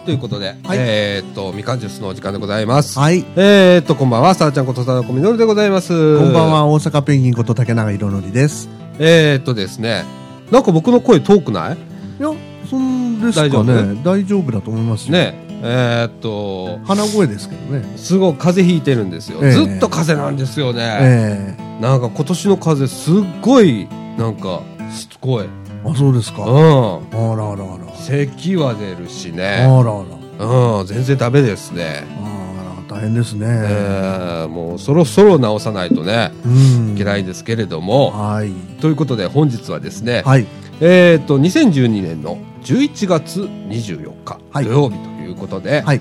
ということで、 はい、 みかんジュースのお時間でございます。 はい。 こんばんは、さあちゃんことさだこみのるでございます。 こんばんは、大阪ペンギンこと竹永色のりです。 ですね、なんか僕の声遠くない？ いや、そんですかね。大丈夫だと思いますよ。 ね。 鼻声ですけどね。 すごい風邪ひいてるんですよ。ずっと風邪なんですよね。なんか今年の風邪すっごいなんかしつこい。 あ、そうですか。 うん。 あらあらあら。 咳は出るしね。 あらあら。うん、全然ダメですね。 あら、大変ですね。 もうそろそろ治さないとね、いけないですけれども。 はい。 ということで本日はですね、 はい。 2012年の11月24日、 はい、 土曜日ということで、 はい。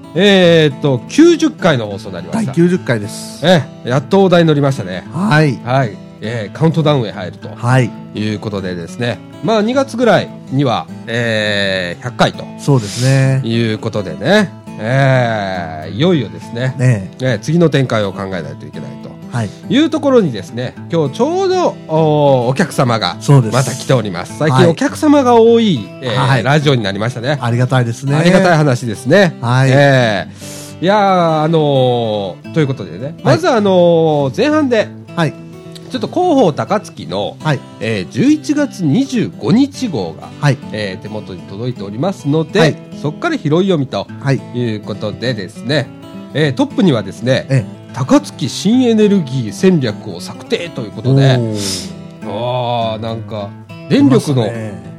90回の放送になりました。 第90回です。 やっとお題に乗りましたね。 はい。 はい。カウントダウンへ入ると。はい。いうことでですね。まあ2月ぐらいには、100回と。 そうですね。いうことでね。いよいよですね。次の展開を考えないといけないと。はい。いうところにですね、今日ちょうどお客様がまた来ております。最近お客様が多い、ラジオになりましたね。 ありがたいですね。 ありがたい話ですね。 はい。 いやということでね、まず前半で、はい。ちょっと広報高槻の、はい、11月25日号が、はい、手元に届いておりますので、はい、そこから拾い読みということでですね、トップにはですね、高槻新エネルギー戦略を策定ということで、なんか電力の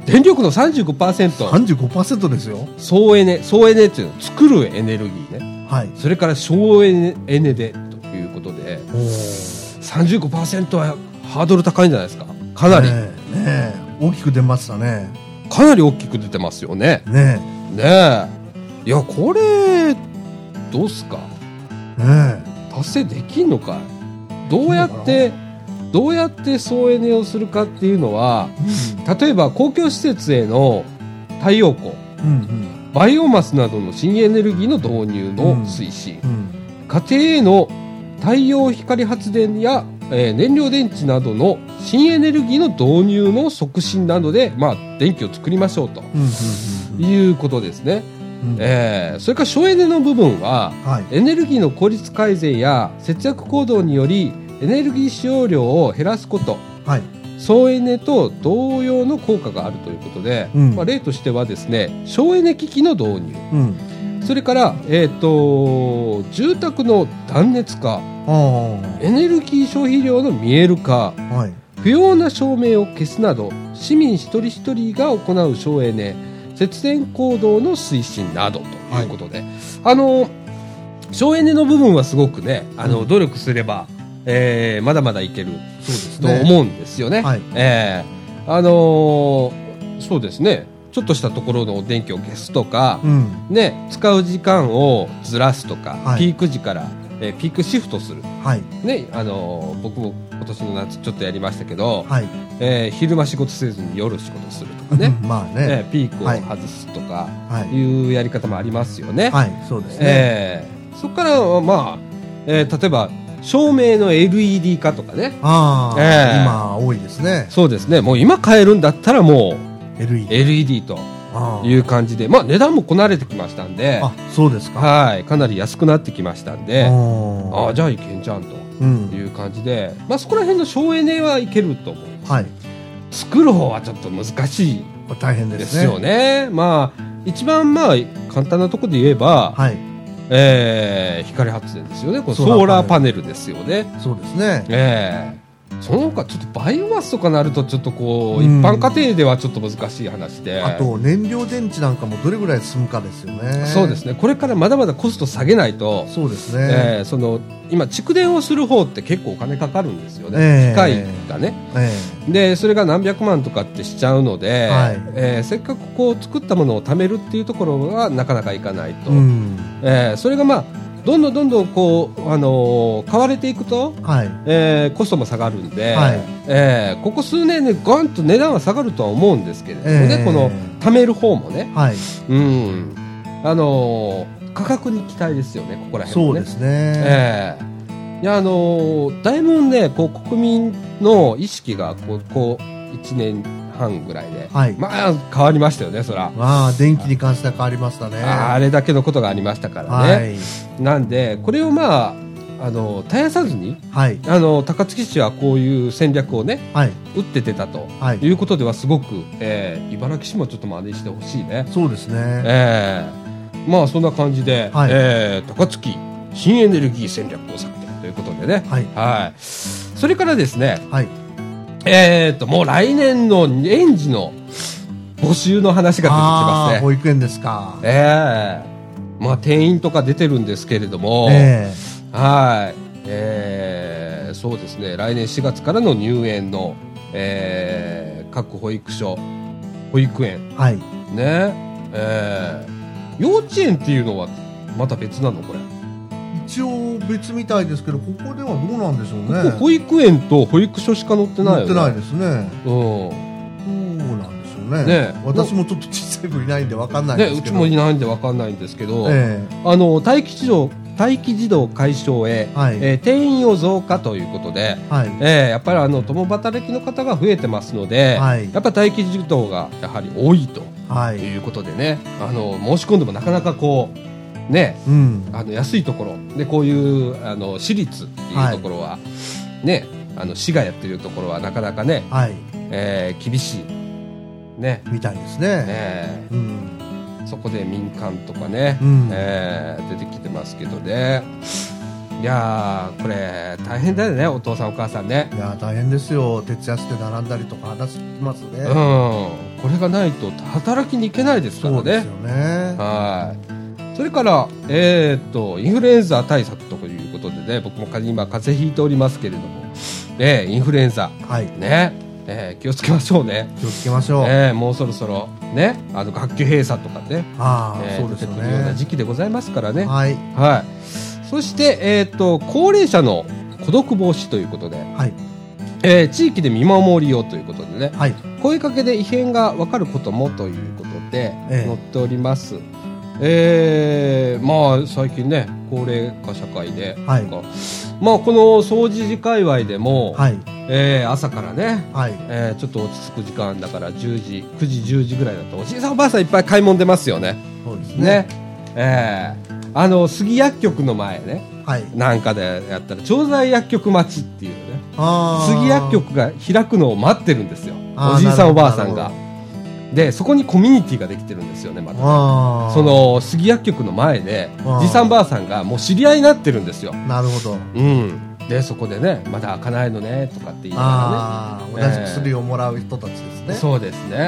35% ですよ。 総エネっていうのは作るエネルギーね、はい、それから省エネでということで、35% はハードル高いんじゃないですか。かなり、 大きく出ましたね。 かなり大きく出てますよね。いや、これどうすか、達成できんのかい。どうやって総エネをするかっていうのは、例えば公共施設への太陽光、バイオマスなどの新エネルギーの導入の推進、家庭への太陽光発電や、燃料電池などの新エネルギーの導入の促進などで、電気を作りましょうと、いうことですね。それから省エネの部分は、エネルギーの効率改善や節約行動によりエネルギー使用量を減らすこと、総エネと同様の効果があるということで、例としてはですね、省エネ機器の導入、それから、住宅の断熱化、エネルギー消費量の見える化、不要な照明を消すなど市民一人一人が行う省エネ節電行動の推進などということで、省エネの部分はすごくね、努力すれば、まだまだいけると思うんですよね。そうですね、ちょっとしたところの電気を消すとか、使う時間をずらすとか、ピーク時から、ピークシフトする、僕も今年の夏ちょっとやりましたけど、昼間仕事せずに夜仕事するとかね、ピークを外すとかいうやり方もありますよね。 そうですね。 そこから例えば照明の LED 化とかね、 今多いですね。 そうですね。もう今買えるんだったらもう LED という感じで、値段もこなれてきましたんで、 そうですか。 かなり安くなってきましたんで、じゃあいけんじゃんという感じで、そこら辺の省エネはいけると思う。作る方はちょっと難しい大変ですよね。一番簡単なところで言えば、光発電ですよね。このソーラーパネルですよね。 そうですね。 その他ちょっとバイオマスとかなるとちょっとこう、一般家庭ではちょっと難しい話で、 あと燃料電池なんかもどれぐらい進むかですよね。 そうですね。これからまだまだコスト下げないと。 そうですね。 今蓄電をする方って結構お金かかるんですよね。機械がね。でそれが何百万とかってしちゃうので、せっかくこう作ったものを貯めるっていうところはなかなかいかないと。それがどんどんこう買われていくと、コストも下がるんで、ここ数年でゴンと値段は下がるとは思うんですけれどもね、この貯める方もね、価格に期待ですよね、ここら辺もね。 そうですね。 いやだいぶねこう国民の意識がこう1年半ぐらいで、 はい、 まあ変わりましたよね、そら。 電気に関しては変わりましたね。 あれだけのことがありましたからね。はい、なんでこれをまあ絶やさずに、はい、高槻市はこういう戦略をね、はい、打って出たと、はい、いうことではすごく、茨城市もちょっと真似してほしいね。 そうですね。 まあそんな感じで、はい、高槻新エネルギー戦略工作展ということでね、はいはい、それからですね、はい、もう来年の園児の募集の話が出てきますね。 保育園ですか。 まあ定員とか出てるんですけれども、はい、そうですね、来年4月からの入園の、各保育所保育園、はい、ね、幼稚園っていうのはまた別なのこれ。 一応別みたいですけど、ここではどうなんでしょうね。 ここ保育園と保育所しか載ってないよね。 載ってないですね。そうなんでしょうね。私もちょっと小さい子いないんで分かんないんですけど、 うちもいないんで分かんないんですけど、待機児童解消へ、はい、定員を増加ということで、はい、やっぱり共働きの方が増えてますので、はい、やっぱり待機児童がやはり多いということでね、申し込んでもなかなかこうね、うん、安いところでこういう私立っていうところは、はい、ね、市がやってるところはなかなかね、はい、厳しいねみたいですね。 うん、そこで民間とかね、うん、出てきてますけどね。いやーこれ大変だよね、お父さんお母さんね。 いや大変ですよ。徹夜して並んだりとか話聞きますね。 うん、これがないと働きに行けないですからね。そうですよね。はい。それから、インフルエンザ対策ということでね、僕も今風邪ひいておりますけれども、インフルエンザ、はい、ね、気をつけましょうね。 気をつけましょう。もうそろそろね、学級閉鎖とかね、 そうですよね、 出てくるような時期でございますからね。 はい。 はい。そして、高齢者の孤独防止ということで、はい、地域で見守りをということでね、はい、声かけで異変が分かることもということで載っております。まあ最近ね高齢化社会で、はい、まあこの掃除時界隈でも、はい、朝からね、はい、ちょっと落ち着く時間だから9時10時ぐらいだとおじいさんおばあさんいっぱい買い物出ますよね。 そうですね。 杉薬局の前ね、はい、なんかでやったら調剤薬局待ちっていうね、杉薬局が開くのを待ってるんですよ、おじいさんおばあさんが。でそこにコミュニティができてるんですよね、またね。その杉薬局の前でじいさんばあさんがもう知り合いになってるんですよ。 なるほど。 うん。でそこでね、まだ開かないのねとかって言いながらね、同じ薬をもらう人たちですね。 そうですね。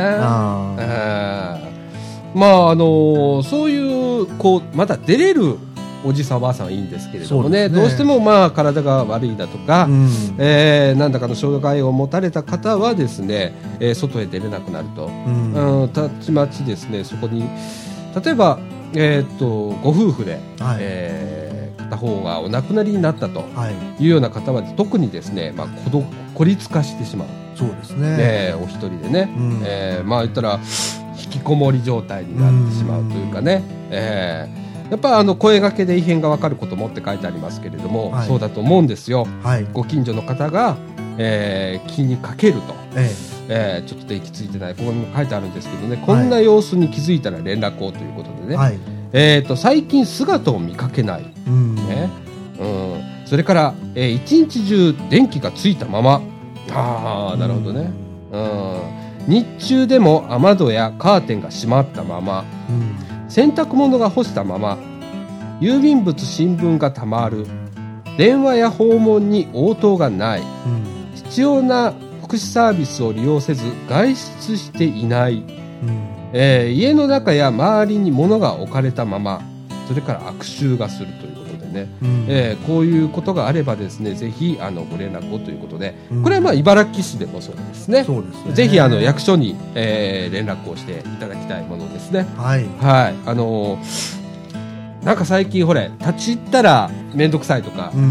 まあそういうこうまだ出れるおじいさんおばあさんはいいんですけれども ね、どうしてもまあ体が悪いだとか、何らかの障害を持たれた方はですね、外へ出れなくなると、たちまちですね、そこに例えば、ご夫婦で、はい、片方がお亡くなりになったというような方は特にですね、まあ、孤立化してしまう。 そうですね。 お一人でね、まあ言ったら引きこもり状態になってしまうというかね、やっぱ声掛けで異変が分かることもって書いてありますけれども、はい、そうだと思うんですよ、はい、ご近所の方が、気にかけると、ちょっと電気ついてない、ここにも書いてあるんですけどね、こんな様子に気づいたら連絡をということでね、はい、最近姿を見かけない、ね、それから、一日中電気がついたまま、なるほどね、日中でも雨戸やカーテンが閉まったまま、洗濯物が干したまま、郵便物新聞がたまる、電話や訪問に応答がない、必要な福祉サービスを利用せず外出していない、家の中や周りに物が置かれたまま、それから悪臭がするということでね、こういうことがあればですね、ぜひご連絡をということで、これはまあ茨城市でもそうですね。そうですね。ぜひ役所に、連絡をしていただきたいものですね。はい。はい。なんか最近ほれ立ち入ったら面倒くさいとか、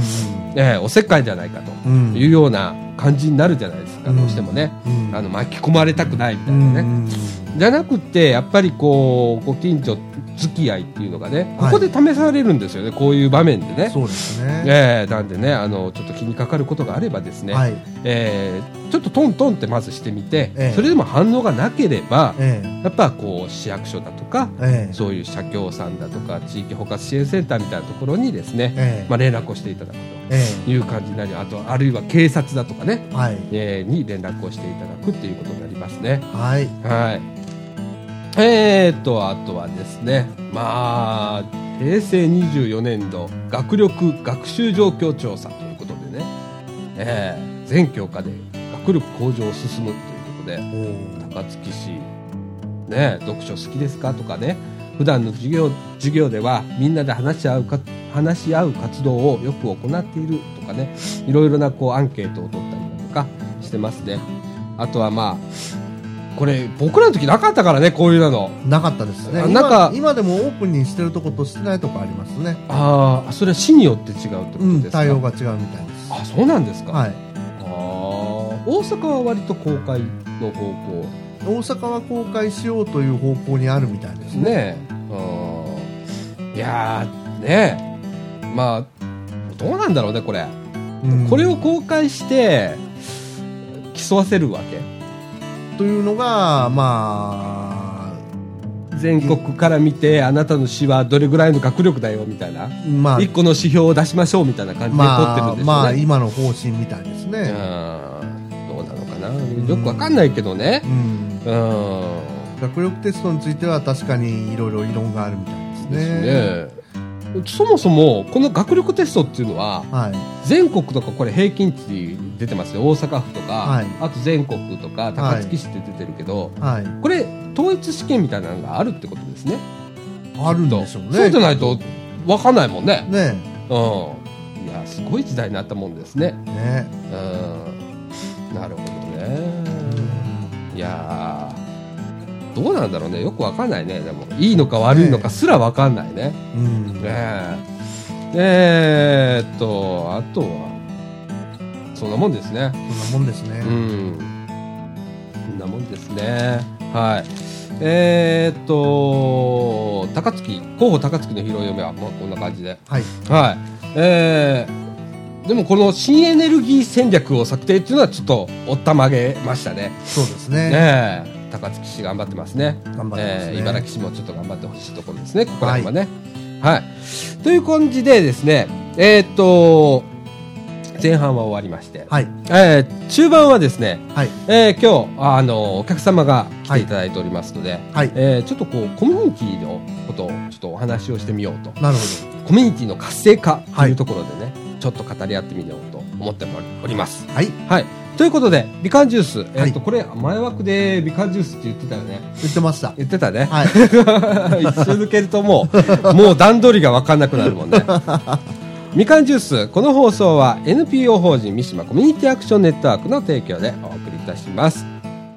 おせっかいじゃないかというような感じになるじゃないですか、どうしてもね、巻き込まれたくないみたいなね、じゃなくてやっぱりこうご近所付き合いっていうのがね、ここで試されるんですよね、こういう場面でね。 そうですね。 なんでね、ちょっと気にかかることがあればですね、ちょっとトントンってまずしてみて、それでも反応がなければ、やっぱこう市役所だとか、そういう社協さんだとか地域包括支援センターみたいなところにですね、連絡をしていただくという感じになり、あるいは警察だとかね、に連絡をしていただくっていうことになりますね。はい。あとはですね、平成24年度学力学習状況調査ということでね、全教科で学力向上を進むということで、高槻市、ね、読書好きですかとかね、普段の授業ではみんなで話し合う活動をよく行っているとかね、いろいろなこうアンケートを取ったりだとかしてますね。あとはこれ僕らの時なかったからね、こういうのなかったですね。今でもオープンにしてるとことしてないとこありますね。 それは市によって違うってことですか。 対応が違うみたいです。 そうなんですか。 はい。 大阪は割と公開の方向。 大阪は公開しようという方向にあるみたいですね。 いやーね、どうなんだろうねこれ、これを公開して競わせるわけというのが全国から見てあなたの市はどれぐらいの学力だよみたいな、一個の指標を出しましょうみたいな感じで取ってるんでしょうね。 今の方針みたいですね。 どうなのかな、よくわかんないけどね。 学力テストについては確かにいろいろ異論があるみたいですね。 そもそもこの学力テストっていうのは、全国とかこれ平均値出てますよ。大阪府とか、あと全国とか高槻市って出てるけど、これ統一試験みたいなのがあるってことですね。 あるんでしょうね。 そうじゃないと分かんないもんね。 いやすごい時代になったもんですね。なるほどね。いやどうなんだろうね、よくわかんないね。でもいいのか悪いのかすらわかんないね。あとはそんなもんですね。 そんなもんですね。 そんなもんですね。はい。高槻候補高槻の拾い嫁はこんな感じで。でもこの新エネルギー戦略を策定っていうのはちょっとおったまげましたね。 そうですね。 高槻市頑張ってますね。 頑張ってますね。 茨城市もちょっと頑張ってほしいところですね、ここら辺はね。という感じでですね、前半は終わりまして、中盤はですね、今日お客様が来ていただいておりますので、ちょっとこうコミュニティのことをちょっとお話をしてみようと。 なるほど。 コミュニティの活性化というところでね、ちょっと語り合ってみようと思っております。ということでみかんジュース、これ前枠でみかんジュースって言ってたよね。 言ってました。 言ってたね。一周抜けるともう段取りが分かんなくなるもんね。みかんジュース、この放送は NPO 法人三島コミュニティアクションネットワークの提供でお送りいたします。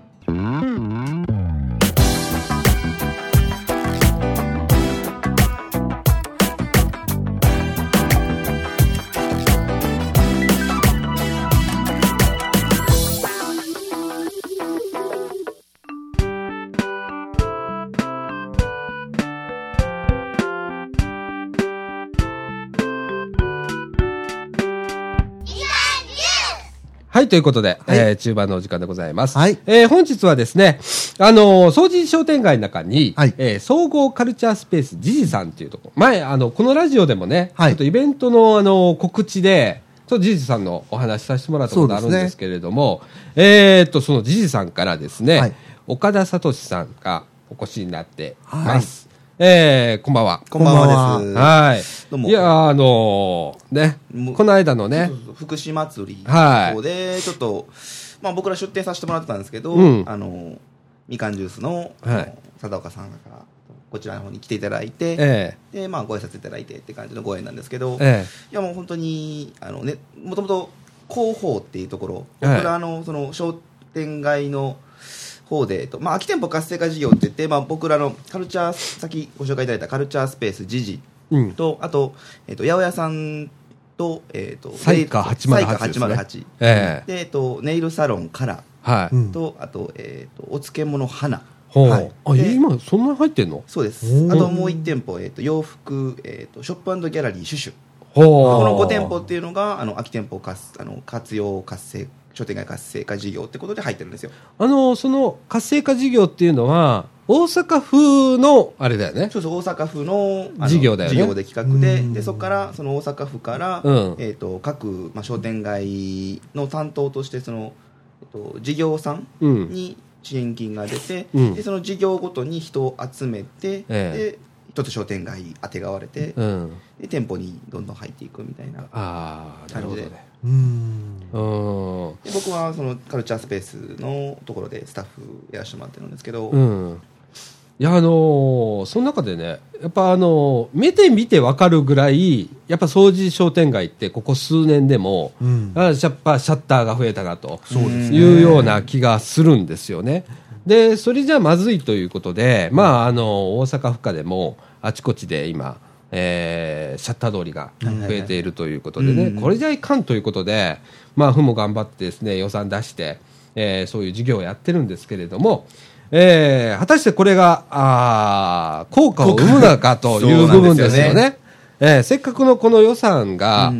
ということで、中盤のお時間でございます。本日はですね、総持商店街の中に、総合カルチャースペースジジさんというところ、前このラジオでもね、ちょっとイベントの告知でちょっとジジさんのお話しさせてもらったことあるんですけれども、そのジジさんからですね、岡田聡さんがお越しになっています。こんばんは。 こんばんはです。 どうも。いやね、この間のね、 福祉祭りでちょっと僕ら出店させてもらってたんですけど、みかんジュースの佐岡さんがこちらの方に来ていただいて、でご挨拶いただいてって感じのご縁なんですけど、いやもう本当にね、もともと広報っていうところ、僕らその商店街の方で空き店舗活性化事業って言って、僕らのカルチャー、先ご紹介いただいたカルチャースペースジジと、あと八百屋さんとと、 サイカ808。 で、ネイルサロンカラー。 と、あと、お漬物花。 はい。今、そんな入ってんの？ そうです。あともう1店舗、洋服、ショップ&ギャラリーシュシュ。この5店舗っていうのが、空き店舗活用活性、商店街活性化事業ってことで入ってるんですよ。 その活性化事業っていうのは、大阪府の、あれだよね。 そうそう、大阪府の事業だよね。 事業で企画で、そこから、その大阪府から、各、商店街の担当として、事業さんに支援金が出て、でその事業ごとに人を集めて、で一つ商店街あてがわれて、で店舗にどんどん入っていくみたいな感じで。で僕はそのカルチャースペースのところでスタッフやらせてもらってるんですけど、 いやその中でね、やっぱ目で見て分かるぐらい、やっぱ掃除商店街ってここ数年でも、やっぱシャッターが増えたなというような気がするんですよね。でそれじゃまずいということで、大阪府下でもあちこちで今、シャッター通りが増えているということでね、これじゃいかんということで、府も頑張ってですね、予算出して、そういう事業をやってるんですけれども、果たしてこれが効果を生むのかという部分ですよね。せっかくのこの予算が、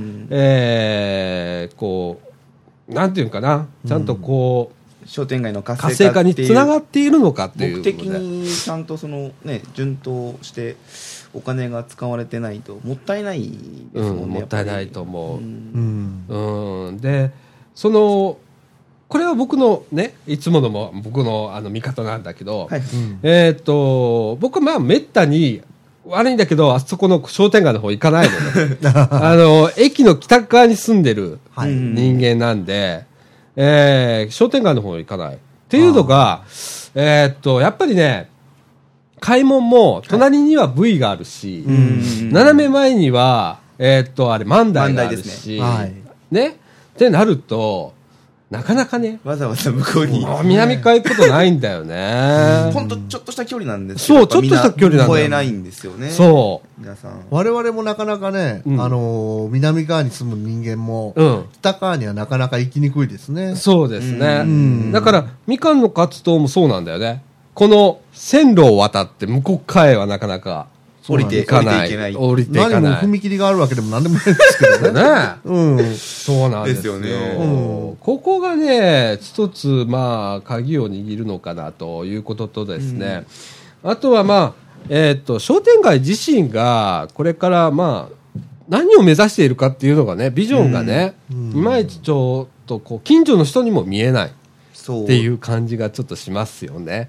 こうなんていうかな、ちゃんとこう、 商店街の活性化につながっているのかっていう目的にちゃんと順当してお金が使われてないともったいないですもんね。 もったいないと思う。でこれは僕のね、いつものも僕の見方なんだけど、僕はめったに悪いんだけど、あそこの商店街の方行かないのね。駅の北側に住んでる人間なんで、商店街の方行かないっていうのが、やっぱりね、買い物も隣には V があるし、斜め前にはあれ万代があるし、ねってなるとなかなかね、 わざわざ向こうに南側行くことないんだよね。 本当ちょっとした距離なんですけど、 そう、ちょっとした距離なんだよ。 越えないんですよね。 そう。 皆さん。 我々もなかなかね、南側に住む人間も、北側にはなかなか行きにくいですね。 そうですね。だから、みかんの活動もそうなんだよね。この線路を渡って向こう側へはなかなか降りていけない。 何も踏切があるわけでも何でもないんですけどね。 そうなんですよね。ここがね、一つ鍵を握るのかなということとですね、あとは商店街自身がこれから何を目指しているかっていうのがね、ビジョンがね、いまいちちょっと近所の人にも見えないっていう感じがちょっとしますよね。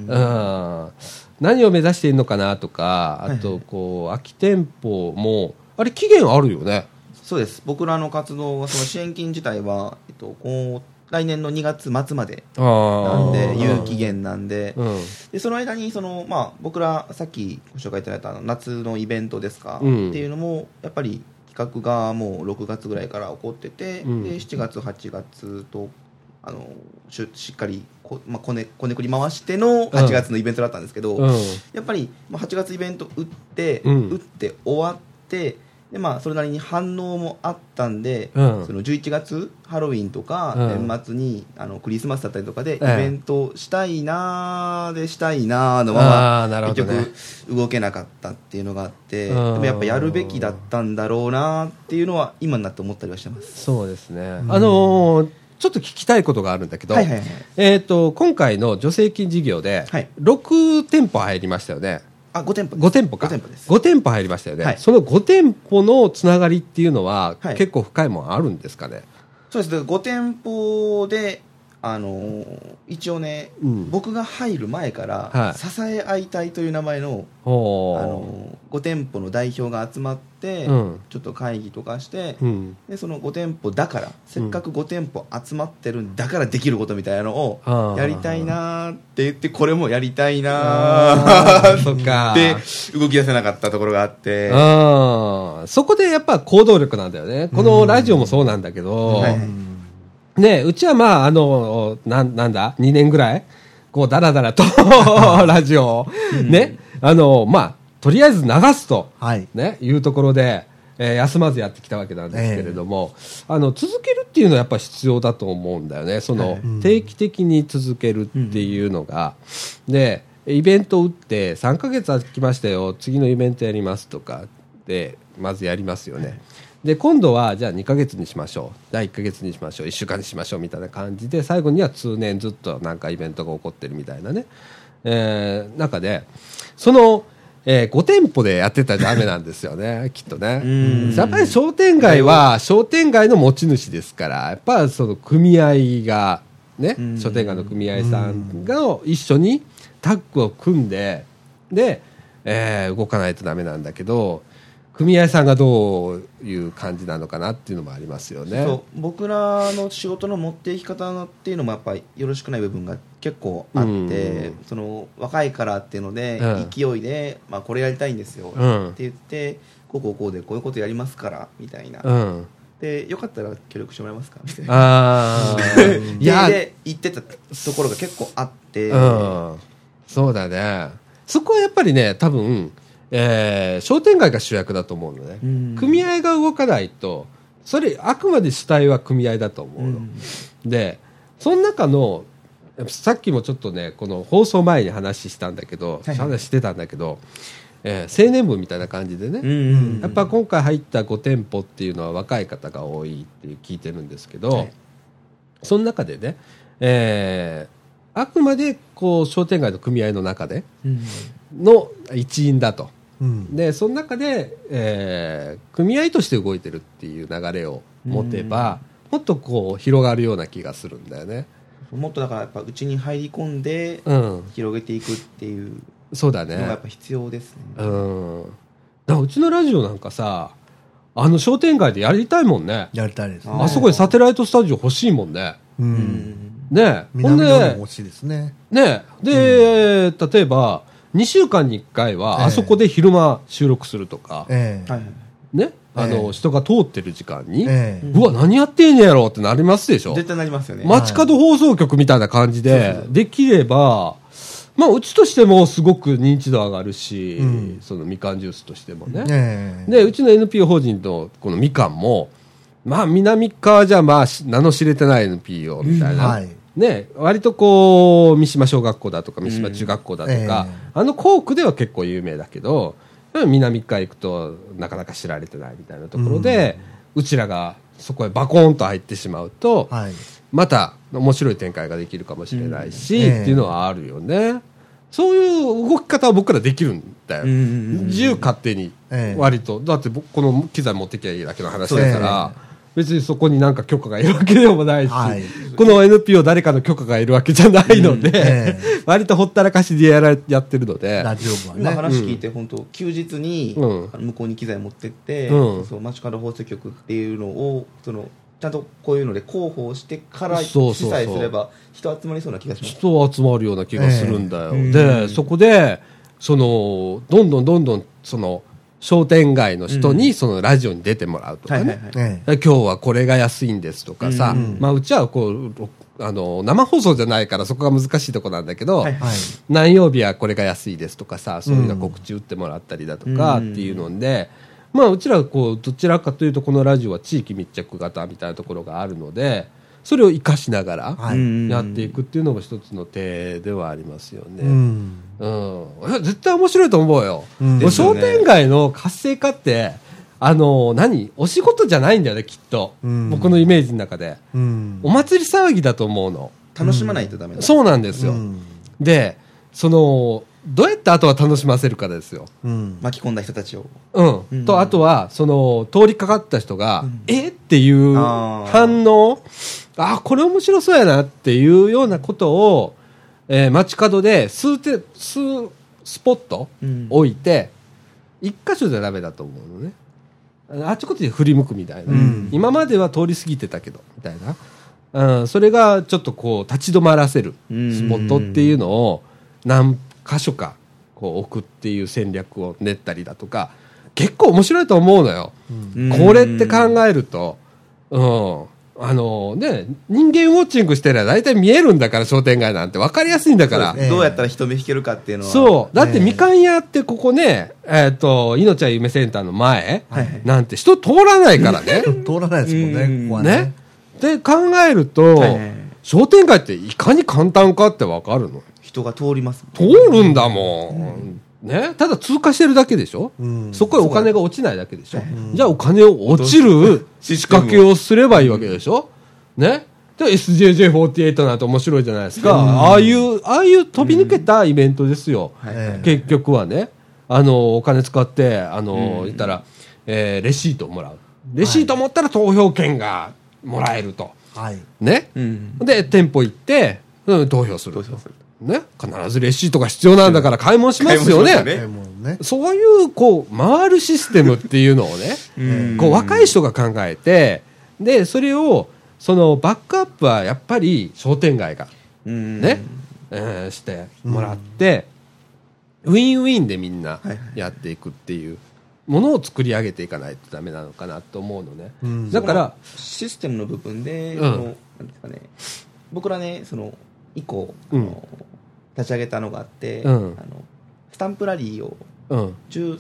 何を目指しているのかなとか、あと空き店舗もあれ期限あるよね。 そうです。僕らの活動はその支援金自体は来年の2月末までなんで有期限なんで、でその間に僕らさっきご紹介いただいた夏のイベントですか、っていうのもやっぱり企画がもう6月ぐらいから起こってて、で7月8月としっかりこねくり回しての8月のイベントだったんですけど、やっぱり8月イベント打って終わって、でそれなりに反応もあったんで、その11月ハロウィンとか年末にクリスマスだったりとかでイベントしたいなーのまま結局動けなかったっていうのがあって、でもやっぱやるべきだったんだろうなっていうのは今になって思ったりはしてます。 そうですね。ちょっと聞きたいことがあるんだけど、今回の助成金事業で6店舗入りましたよね。 5店舗 5店舗か。 5店舗です。 5店舗入りましたよね。その5店舗のつながりっていうのは、結構深いものあるんですかね。 そうです。5店舗で一応ね、僕が入る前から支え合い隊という名前の5店舗の代表が集まって、ちょっと会議とかして、でその5店舗だから、せっかく5店舗集まってるんだからできることみたいなのをやりたいなーって言って、これもやりたいなーって動き出せなかったところがあって、 そこでやっぱ行動力なんだよね。このラジオもそうなんだけど、ね、うちはなんだ 2 年ぐらいだらだらとラジオをね、とりあえず流すと、ね、いうところで、 休まずやってきたわけなんですけれども、続けるっていうのはやっぱり必要だと思うんだよね。その、定期的に続けるっていうのが、でイベントを打って3ヶ月空きましたよ、次のイベントやりますとかでまずやりますよね。で今度はじゃあ2ヶ月にしましょう、第1ヶ月にしましょう、1週間にしましょうみたいな感じで、最後には通年ずっとなんかイベントが起こってるみたいなね、中でその5店舗でやってたらダメなんですよねきっとね。やっぱり商店街は商店街の持ち主ですから、やっぱりその組合がね、商店街の組合さんが一緒にタッグを組んでで、動かないとダメなんだけど、組合さんがどういう感じなのかなっていうのもありますよね。 そう僕らの仕事の持っていき方っていうのもやっぱりよろしくない部分が結構あって、その若いからっていうので、勢いで、まあ、これやりたいんですよって言って、こうでこういうことやりますからみたいな、でよかったら協力してもらえますかみたいなで言ってたところが結構あって、 そうだね。そこはやっぱりね、多分商店街が主役だと思うのね、組合が動かないと、それあくまで主体は組合だと思うの、でその中のさっきもちょっとねこの放送前に話したんだけど、話してたんだけど、青年部みたいな感じでね、やっぱ今回入った5店舗っていうのは若い方が多いって聞いてるんですけど、その中でね、あくまでこう商店街の組合の中での一員だと、でその中で、組合として動いてるっていう流れを持てば、もっとこう広がるような気がするんだよね。 もっとだからやっぱうちに入り込んで広げていくっていうそうだねのがやっぱ必要ですね。 だからうちのラジオなんかさ、商店街でやりたいもんね。 やりたいですね。 あそこにサテライトスタジオ欲しいもんね。ね、 南の方も欲しいですね。 ねで、例えば2週間に1回はあそこで昼間収録するとか、ね、人が通ってる時間に、うわ何やってんねやろってなりますでしょ。 絶対なりますよね。 街角放送局みたいな感じでできれば、まあうちとしてもすごく認知度上がるし、そのみかんジュースとしてもね、でうちの NPO 法人のこのみかんも、まあ南側じゃまあ名の知れてない NPO みたいな、ね、割とこう三島小学校だとか三島中学校だとか、校区では結構有名だけど、南側行くとなかなか知られてないみたいなところで、うちらがそこへバコーンと入ってしまうと、また面白い展開ができるかもしれないし、っていうのはあるよね。そういう動き方は僕らできるんだよ、自由勝手に、割とだってこの機材持ってきゃいいだけの話だから、別にそこになんか許可がいるわけでもないし、この NPO 誰かの許可がいるわけじゃないので、割とほったらかしでやってるので、 今話聞いて本当休日に向こうに機材持ってって、街角放送局っていうのをちゃんとこういうので広報してから主催すれば人集まりそうな気がします。 人集まるような気がするんだよ、でそこでどんどんその商店街の人にそのラジオに出てもらうとかね、今日はこれが安いんですとかさ、まあうちはこう生放送じゃないからそこが難しいところなんだけど、何曜日はこれが安いですとかさ、そういうの告知打ってもらったりだとかっていうので、まあうちらはこうどちらかというとこのラジオは地域密着型みたいなところがあるので、それを生かしながらやっていくっていうのも一つの手ではありますよね。絶対面白いと思うよ。商店街の活性化ってお仕事じゃないんだよねきっと、僕のイメージの中で、お祭り騒ぎだと思うの。 楽しまないとダメだ。 そうなんですよ。でどうやってあとは楽しませるかですよ、 巻き込んだ人たちを、 とあとは通りかかった人が、っていう反応、これ面白そうやなっていうようなことを、街角で数スポット置いて、一箇所じゃダメだと思うのね。あちこちで振り向くみたいな、今までは通り過ぎてたけどみたいな、それがちょっとこう立ち止まらせるスポットっていうのを何箇所かこう置くっていう戦略を練ったりだとか、結構面白いと思うのよ、これって考えると、 ね、人間ウォッチングしてりゃ大体見えるんだから、商店街なんて分かりやすいんだから。 どうやったら人目引けるかっていうのは。 そう。だってみかん屋ってここね、いのちゃ夢センターの前、なんて人通らないからね。 通らないですもんね、ここはね。 で、考えると、商店街っていかに簡単かって分かるの？ 人が通ります。 通るんだもん。ね、ただ通過してるだけでしょ、そこへお金が落ちないだけでしょ、じゃあお金を落ちる仕掛けをすればいいわけでしょ、ね、で SJJ48 なんて面白いじゃないですか、ああいう飛び抜けたイベントですよ、結局はね、お金使って言ったら、レシートをもらう、レシートを持ったら投票権がもらえると、ね、で店舗行って、投票するね、必ずレシートが必要なんだから買い物しますよね。そういうこう回るシステムっていうのをね、こう若い人が考えて、でそれをそのバックアップはやっぱり商店街がね、してもらって、ウィンウィンでみんなやっていくっていうものを作り上げていかないとダメなのかなと思うのね。だからシステムの部分で、なんですかね、僕らね、その以降立ち上げたのがあって、スタンプラリーを、その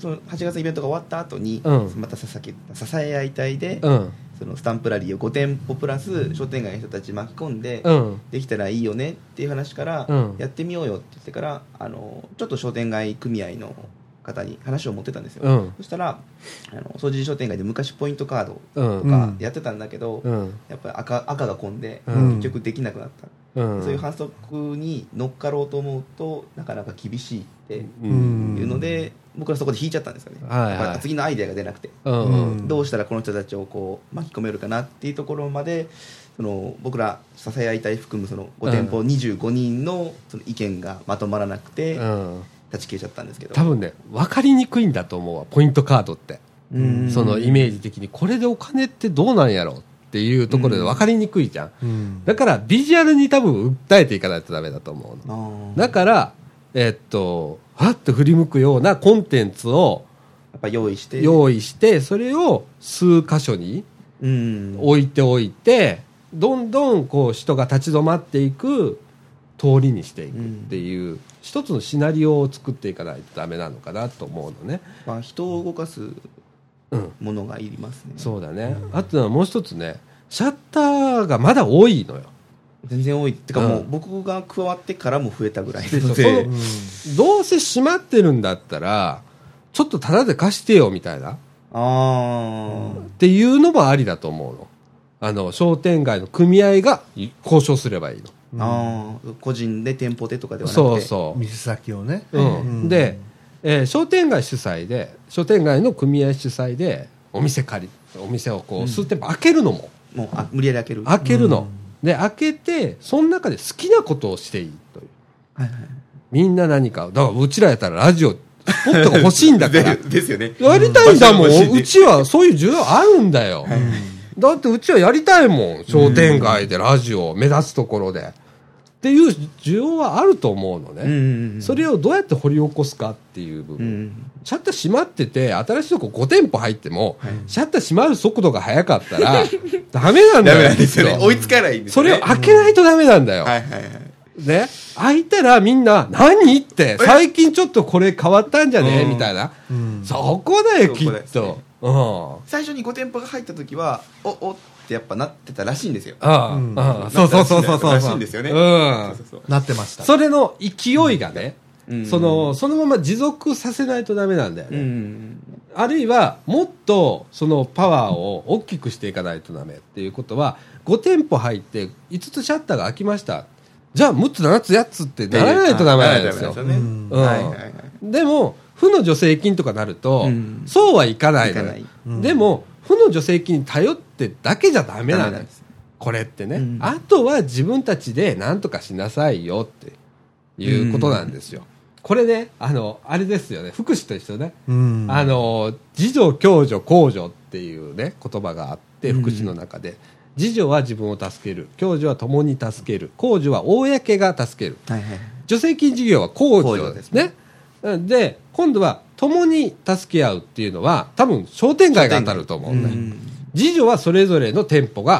8月イベントが終わった後に、また支え合いたいで、そのスタンプラリーを5店舗プラス商店街の人たち巻き込んで、できたらいいよねっていう話から、やってみようよって言ってから、ちょっと商店街組合の方に話を持ってたんですよ、そしたら掃除商店街で昔ポイントカードとかやってたんだけど、やっぱり赤が混んで、結局できなくなった、そういう反則に乗っかろうと思うとなかなか厳しいっていうので、僕らそこで引いちゃったんですよね、次のアイデアが出なくて、どうしたらこの人たちをこう巻き込めるかなっていうところまで、その僕ら支え合いたい含むその5店舗25人のその意見がまとまらなくて、立ち消えちゃったんですけど、 多分ね分かりにくいんだと思うわ、ポイントカードって。そのイメージ的にこれでお金ってどうなんやろうっていうところで分かりにくいじゃん、だからビジュアルに多分訴えていかないとダメだと思うの。だからはっと振り向くようなコンテンツをやっぱ用意してそれを数箇所に置いておいて、どんどんこう人が立ち止まっていく通りにしていくっていう、一つのシナリオを作っていかないとダメなのかなと思うのね。 人を動かすものがいりますね、 そうだね、あとはもう一つね、シャッターがまだ多いのよ。 全然多いってか、もう僕が加わってからも増えたぐらいで、 どうせ閉まってるんだったらちょっとタダで貸してよみたいなっていうのもありだと思うの。商店街の組合が交渉すればいいの、個人で店舗でとかではなくて、 店先をね、 で、商店街主催で、商店街の組合主催でお店をこう数店舗開けるのも、 もう無理やり開けるの、で開けてその中で好きなことをしていいという、みんな何か、だからうちらやったらラジオスポットが欲しいんだからですよね、 やりたいんだもん、うちはそういう需要あるんだよ、だってうちはやりたいもん、商店街でラジオを目指すところでっていう需要はあると思うのね、それをどうやって掘り起こすかっていう部分、シャッター閉まってて新しいとこ5店舗入っても、シャッター閉まる速度が速かったらダメなんだよ。 ダメなんですよね、追いつかないんですよね。それを開けないとダメなんだよ、ね、開いたらみんな何って最近ちょっとこれ変わったんじゃねみたいな、そこだよきっと、 最初に5店舗が入った時はおってやっぱなってたらしいんですよ。 そうらしいんですよね。 なってました。 それの勢いがね、そのまま持続させないとダメなんだよね。あるいはもっとそのパワーを大きくしていかないとダメっていうことは、5店舗入って5つシャッターが開きました、じゃあ6つ7つ8つってならないとダメなんですよ。でも負の助成金とかなると、そうはいかないのよ。でも負の助成金に頼ってだけじゃダメなんです、これってね、あとは自分たちで何とかしなさいよっていうことなんですよ。これね、あれですよね、福祉と一緒ね、自助共助公助っていうね言葉があって、福祉の中で、自助は自分を助ける、共助は共に助ける、公助は公が助ける、助成金事業は公助ですね。で今度は共に助け合うっていうのは多分商店街が当たると思うんだよ。自助はそれぞれの店舗が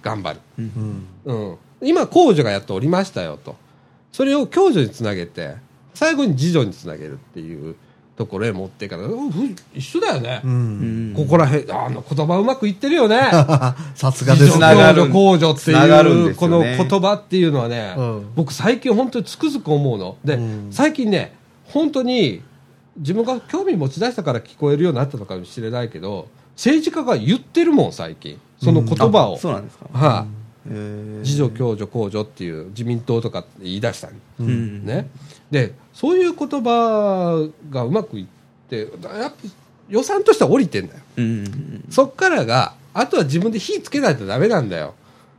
頑張る、今公助がやっておりましたよと、それを共助につなげて最後に自助につなげるっていうところへ持っていかない。一緒だよね、ここら辺言葉うまくいってるよねさすがですね。 自助共助公助っていうこの言葉っていうのはね、僕最近本当につくづく思うので、最近ね本当に自分が興味持ち出したから聞こえるようになったのかもしれないけど、政治家が言ってるもん最近その言葉を、 そうなんですか。 はい、自助共助公助っていう自民党とかって言い出したね。でそういう言葉がうまくいってやっぱ予算としては降りてんだよ、そっからがあとは自分で火つけないとダメなんだよ、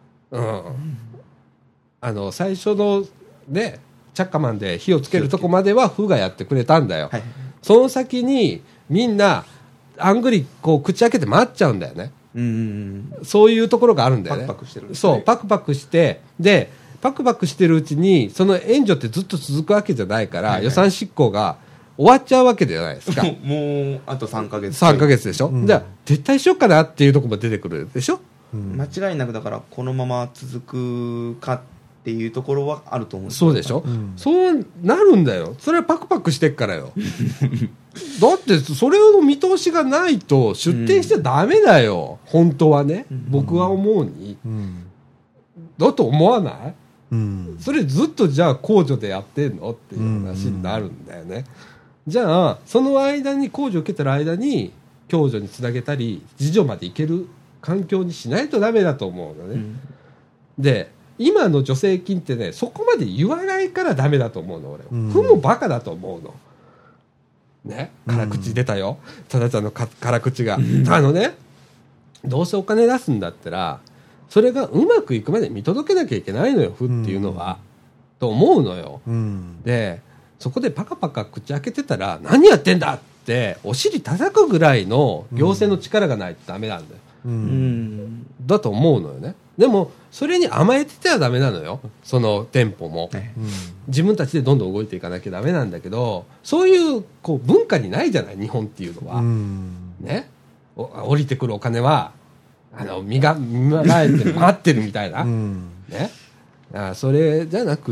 最初のねチャッカマンで火をつけるとこまではフがやってくれたんだよ、その先にみんなあんぐりこう口開けて待っちゃうんだよね、そういうところがあるんだよね。 パクパクしてるんですね。 そう、 パクパクしてでパクパクしてるうちにその援助ってずっと続くわけじゃないから、予算執行が終わっちゃうわけじゃないですか。 もうあと3ヶ月 3ヶ月でしょ、じゃあ撤退しようかなっていうところも出てくるでしょ、 間違いなくだからこのまま続くかっていうところはあると思うんです。 そうでしょ、そうなるんだよ。それはパクパクしてっからよだってそれの見通しがないと出店しちゃダメだよ、本当はね、僕は思うに、だと思わない？それずっとじゃあ公助でやってんのっていう話になるんだよね、じゃあその間に公助を受けてる間に共助につなげたり自助までいける環境にしないとダメだと思うのね、で今の助成金ってねそこまで言わないからダメだと思うの俺、ふもバカだと思うのね。辛口出たよ、ただちゃんの辛口がね、どうせお金出すんだったらそれがうまくいくまで見届けなきゃいけないのよ、ふっていうのは、と思うのよ、でそこでパカパカ口開けてたら何やってんだってお尻叩くぐらいの行政の力がないとダメなんだよ、だと思うのよね。でもそれに甘えててはダメなのよ、その店舗も、自分たちでどんどん動いていかなきゃダメなんだけど、そういうこう文化にないじゃない日本っていうのは、ね、降りてくるお金は見られて待ってるみたいな、ね、それじゃなくって、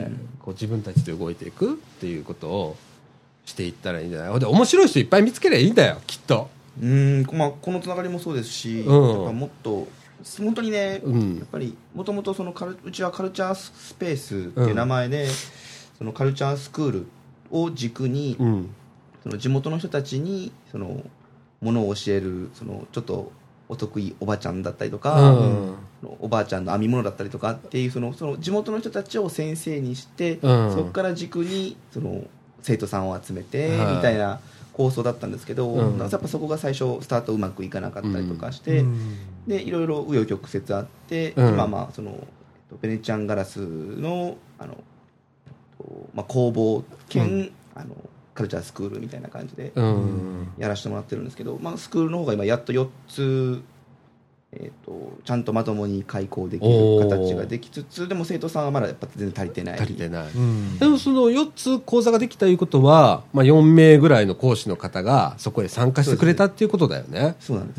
こう自分たちで動いていくっていうことをしていったらいいんじゃない。で面白い人いっぱい見つければいいんだよきっと。 まあ、このつながりもそうですし、やっぱもっと本当にね、やっぱりもともとうちはカルチャースペースっていう名前で、そのカルチャースクールを軸に、その地元の人たちにそのものを教えるそのちょっとお得意おばちゃんだったりとか、おばあちゃんの編み物だったりとかっていうその地元の人たちを先生にして、そこから軸にその生徒さんを集めてみたいな構想だったんですけど、やっぱそこが最初スタートうまくいかなかったりとかして、でいろいろ紆余曲折あって、今まあそのベネチアンガラスの工房兼、カルチャースクールみたいな感じでやらせてもらってるんですけど、スクールの方が今やっと4つ、ちゃんとまともに開講できる形ができつつ、でも生徒さんはまだやっぱ全然足りてない。 でもその4つ講座ができたいうことは、4名ぐらいの講師の方がそこへ参加してくれたっていうことだよね。 そうなんです、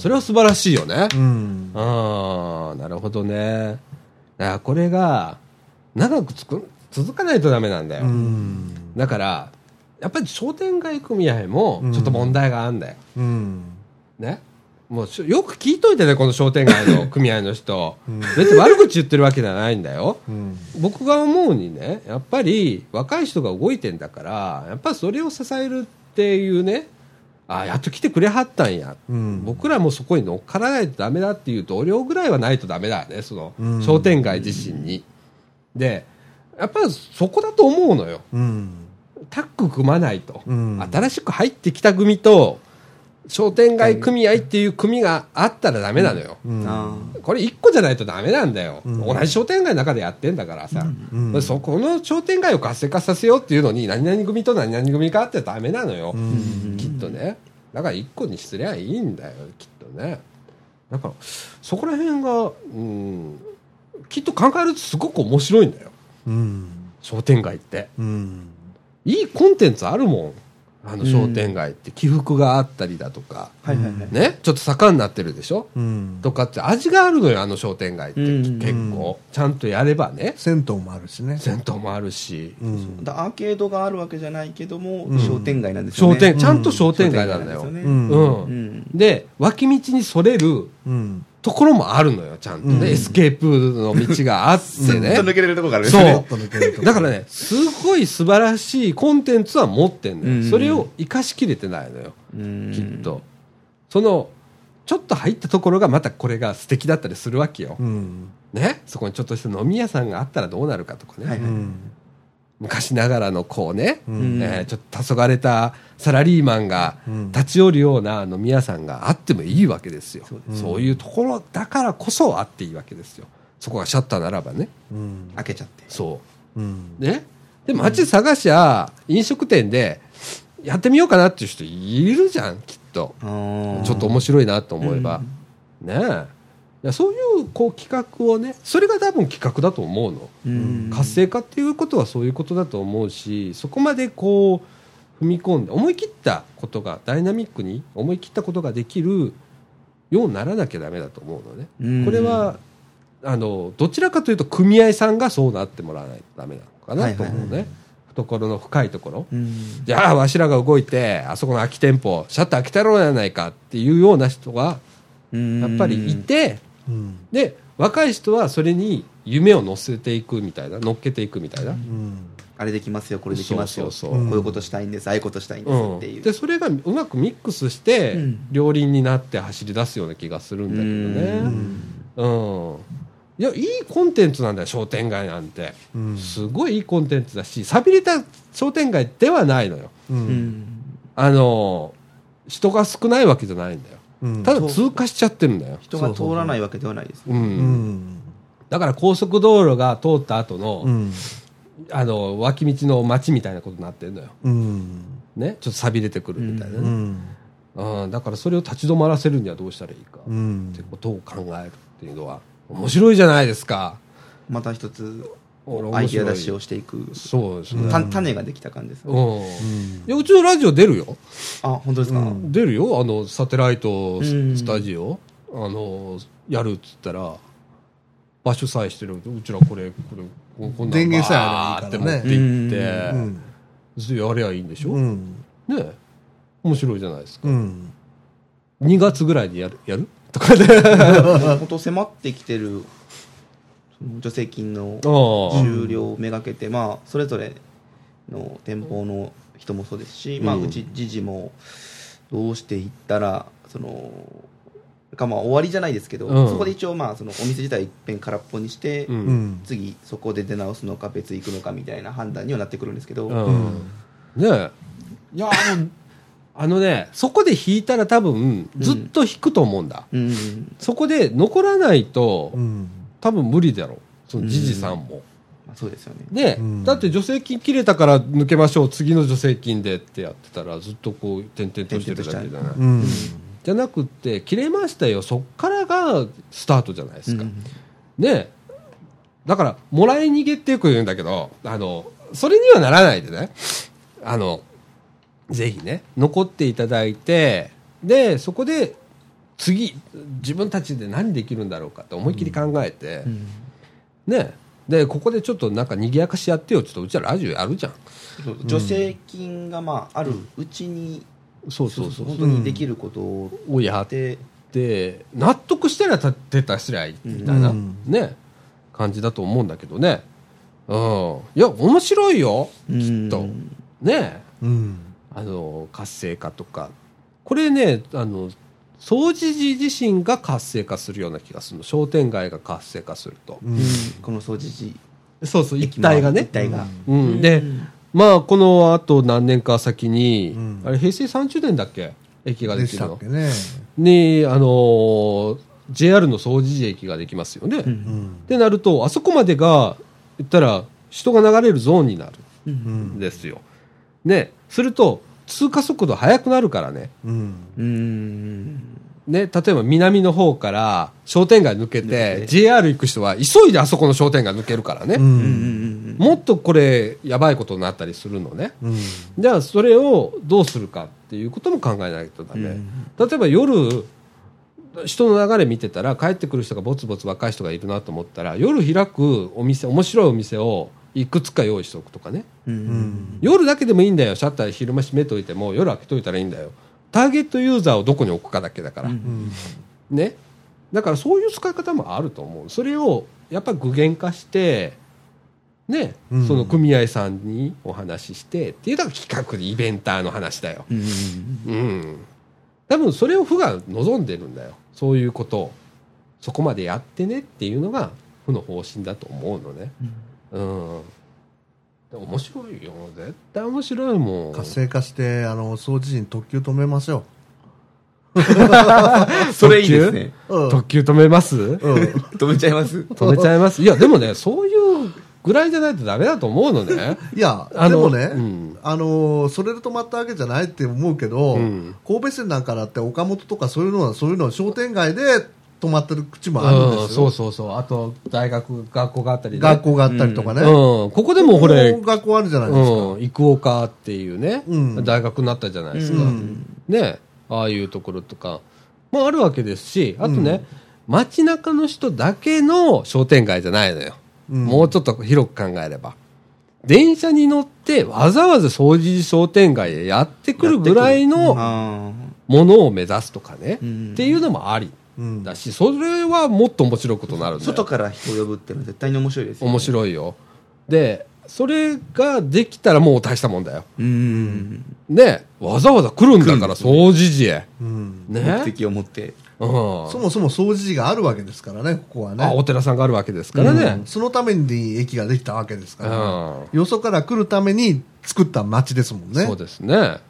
それは素晴らしいよね。なるほどね。これが長く続かないとダメなんだよ。だからやっぱり商店街組合もちょっと問題があるんだよ、ね、もうよく聞いといてねこの商店街の組合の人、別に悪口言ってるわけじゃないんだよ、僕が思うにね、やっぱり若い人が動いてんだからやっぱりそれを支えるっていうね、やっと来てくれはったんや、僕らもそこに乗っからないとダメだっていう同僚ぐらいはないとダメだね、その商店街自身に。でやっぱりそこだと思うのよ、タッグ組まないと、新しく入ってきた組と商店街組合っていう組があったらダメなのよ、これ1個じゃないとダメなんだよ、同じ商店街の中でやってんだからさ、そこの商店街を活性化させようっていうのに何々組と何々組があってダメなのよ、きっとね。だから1個にすりゃいいんだよきっとね。だからそこら辺が、きっと考えるとすごく面白いんだよ、商店街って、いいコンテンツあるも商店街って起伏があったりだとか、ね、ちょっと坂になってるでしょ、とかって味があるのよ、商店街って結構。ちゃんとやればね。 銭湯もあるしね。 銭湯もあるし。 アーケードがあるわけじゃないけども、商店街なんですよね。 ちゃんと商店街なんだよ。で、脇道にそれる、ところもあるのよ、ちゃんとね。エスケープの道があってね。 ずっと抜けれるところがあるんですね。 そう。だからね、すごい素晴らしいコンテンツは持ってんのよ。それを生かしきれてないのよ。きっと。ちょっと入ったところがまたこれが素敵だったりするわけよ。ね。そこにちょっとした飲み屋さんがあったらどうなるかとかね。昔ながらのこうね、ちょっと黄昏たサラリーマンが立ち寄るような飲み屋さんがあってもいいわけですよ。そういうところだからこそあっていいわけですよ。そこがシャッターならばね。 開けちゃって。 そう。ね。で、街探しゃ飲食店でやってみようかなっていう人いるじゃん、きっと。ちょっと面白いなと思えば。ねえ。そういう企画をね、それが多分企画だと思うの。活性化っていうことはそういうことだと思うし、そこまで踏み込んで思い切ったことがダイナミックに思い切ったことができるようにならなきゃダメだと思うのね。これはどちらかというと組合さんがそうなってもらわないとダメなのかなと思うね。懐の深いところ。じゃあわしらが動いてあそこの空き店舗シャッター開けたろうやないかっていうような人がやっぱりいて。で若い人はそれに夢を乗せていくみたいな、乗っけていくみたいな、 あれできますよ、これできますよ、こういうことしたいんです、ああいうことしたいんですっていう、 でそれがうまくミックスして両輪になって走り出すような気がするんだけどね。いや、いいコンテンツなんだよ、商店街なんて。すごいいいコンテンツだし、寂れた商店街ではないのよ。人が少ないわけじゃないんだよ。ただ通過しちゃってるんだよ。 人が通らないわけではないです。 だから高速道路が通った後の、脇道の街みたいなことになってるのよ。ね、ちょっと寂れてくるみたいなね。だからそれを立ち止まらせるにはどうしたらいいかってことを考えるっていうのは面白いじゃないですか。 また一つアイデア出しをしていく。 そうですね。 種ができた感じです。 いや、うちのラジオ出るよ。 あ、本当ですか。 出るよ。サテライトスタジオやるっつったら場所さえしてる。うちらこんな電源さえあればいいからねって持って行ってやればいいんでしょ。ね、面白いじゃないですか。2月ぐらいにやるとかで本当迫ってきてる助成金の終了をめがけて、それぞれの店舗の人もそうですし、うち知事もどうしていったら終わりじゃないですけど、そこで一応そのお店自体一遍空っぽにして、次そこで出直すのか別行くのかみたいな判断にはなってくるんですけど、 ねえ、いやそこで引いたら多分ずっと引くと思うんだ。そこで残らないと多分無理だろう、そのじじさんも。 そうですよね。 で、だって助成金切れたから抜けましょう、次の助成金でってやってたらずっと転々としてるだけじゃない。じゃなくって切れましたよ、そっからがスタートじゃないですか。ね、だからもらい逃げってよく言うんだけど、それにはならないでね、ぜひね残っていただいて、でそこで次自分たちで何できるんだろうかって思いっきり考えて、ね、でここでちょっとなんか賑やかしやってよ、ちょっとうちはラジオやるじゃん。 助成金があるうちに、本当にできることをやって納得したら立てたしらいみたいな、ね感じだと思うんだけどね。いや面白いよきっとね。活性化とかこれね、総知事自身が活性化するような気がするの。商店街が活性化すると、 この総知事一体がね、でこのあと何年か先に、あれ平成30年だっけ駅ができるのに、JR の総知事駅ができますよね。ってなるとあそこまでが言ったら人が流れるゾーンになるんですよ。ね、すると通過速度速くなるからね。 ね、例えば南の方から商店街抜けて JR 行く人は急いであそこの商店街抜けるからね、もっとこれやばいことになったりするのね、じゃあそれをどうするかっていうことも考えないとダメ、例えば夜人の流れ見てたら帰ってくる人がぼつぼつ若い人がいるなと思ったら夜開くお店、面白いお店をいくつか用意しておくとかね、夜だけでもいいんだよ。シャッター昼間閉めといても夜開けといたらいいんだよ。ターゲットユーザーをどこに置くかだけだから、ね、だからそういう使い方もあると思う。それをやっぱり具現化してね、その組合さんにお話ししてっていうのが企画でイベンターの話だよ、多分それを府が望んでるんだよ。そういうことをそこまでやってねっていうのが府の方針だと思うのね、面白いよ。絶対面白いもん。 活性化して掃除時に特急止めましょうそれいいですね。 特急止めます、 止めちゃいます止めちゃいます。いやでもね、そういうぐらいじゃないとダメだと思うのね。 いやでもね、それで止まったわけじゃないって思うけど、神戸線なんかだって岡本とかそういうのは商店街で止まってる口もあるんですよ。 そう。あと学校があったりね。 学校があったりとかね。 ここでもこれ学校あるじゃないですか。 生岡っていうね、大学になったじゃないですか。ね、ああいうところとかもあるわけですし、あとね、街中の人だけの商店街じゃないのよ。もうちょっと広く考えれば。電車に乗ってわざわざ掃除商店街へやってくるぐらいのものを目指すとかね、っていうのもあり。だし、それはもっと面白いことになるんだよ。 外から人を呼ぶっていうのは絶対に面白いですよね。 面白いよ。で、それができたらもう大したもんだよ。ね、わざわざ来るんだから、掃除時へ。 目的を持って。 そもそも掃除時があるわけですからね、ここはね。 お寺さんがあるわけですからね。 そのために駅ができたわけですから、よそから来るために作った街ですもんね。 そうですね。だから、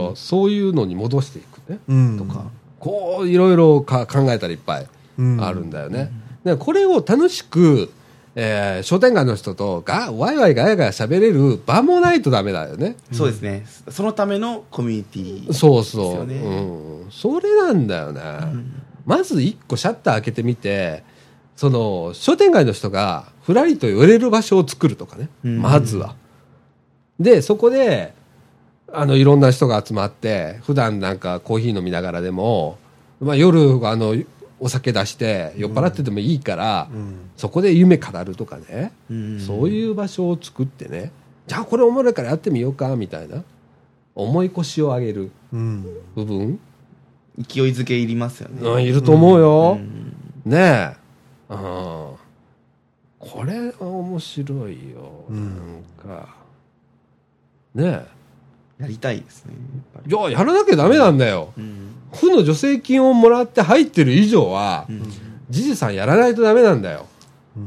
そういうのに戻していくね。とか。こういろいろ考えたらいっぱいあるんだよね。でこれを楽しく、商店街の人とワイワイガヤガヤ喋れる場もないとダメだよね。 そうですね。そのためのコミュニティ、ね。 そう、それなんだよね。まず一個シャッター開けてみて、その商店街の人がふらりと寄れる場所を作るとかね。まずは。でそこでいろんな人が集まって普段なんかコーヒー飲みながらでも、夜お酒出して酔っ払っててもいいから、そこで夢語るとかね、そういう場所を作ってね、じゃあこれおもろいからやってみようかみたいな思い越しを上げる部分、 勢いづけいりますよね。 いると思うよ、ねえ、これ面白いよ、なんかねえ、 やりたいですね。 いや、やらなきゃダメなんだよ。府の助成金をもらって入ってる以上は、じじさんやらないとダメなんだよ。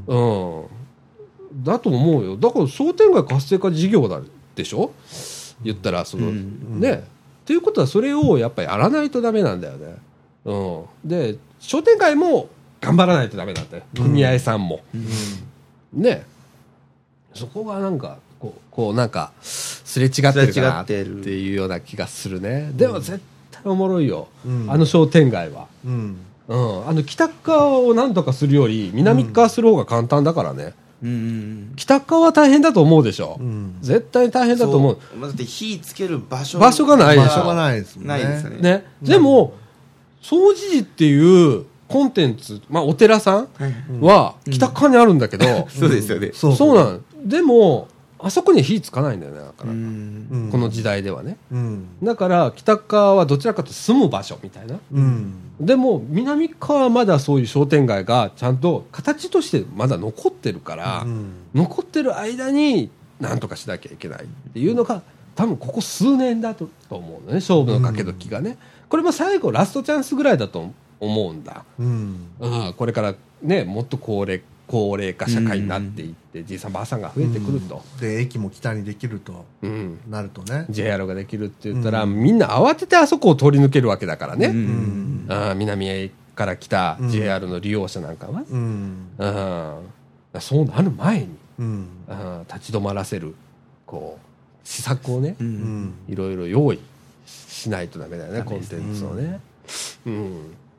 だと思うよ。だから商店街活性化事業だでしょ、言ったらね。っていうことはそれをやっぱりやらないとダメなんだよね。で商店街も頑張らないとダメなんだよ。組合さんも。ね。そこがなんかこうなんかすれ違ってるかなっていうような気がするね。でも絶対おもろいよ、商店街は。北側を何とかするより南側する方が簡単だからね。北側は大変だと思うでしょ、絶対大変だと思う。 だって火つける場所がないでしょ。 場所がないですもんね。 ないですよね。 でも掃除時っていうコンテンツ、お寺さんは北側にあるんだけど、 そうですよね。 そうなんでもあそこに火つかないんだよね、だからこの時代ではね、だから北側はどちらかと住む場所みたいな、でも南側はまだそういう商店街がちゃんと形としてまだ残ってるから、残ってる間に何とかしなきゃいけないっていうのが多分ここ数年だと思うのね、勝負のかけ時がね。これも最後ラストチャンスぐらいだと思うんだ、これからね、もっと高齢化社会になっていって、じいさんばあさんが増えてくると、 で駅も北にできると、なるとね、 JR ができるって言ったら、みんな慌ててあそこを通り抜けるわけだからね、南から来た JR の利用者なんかは、そうなる前に、立ち止まらせる施策をね、いろいろ用意しないとダメだよね、コンテンツをね。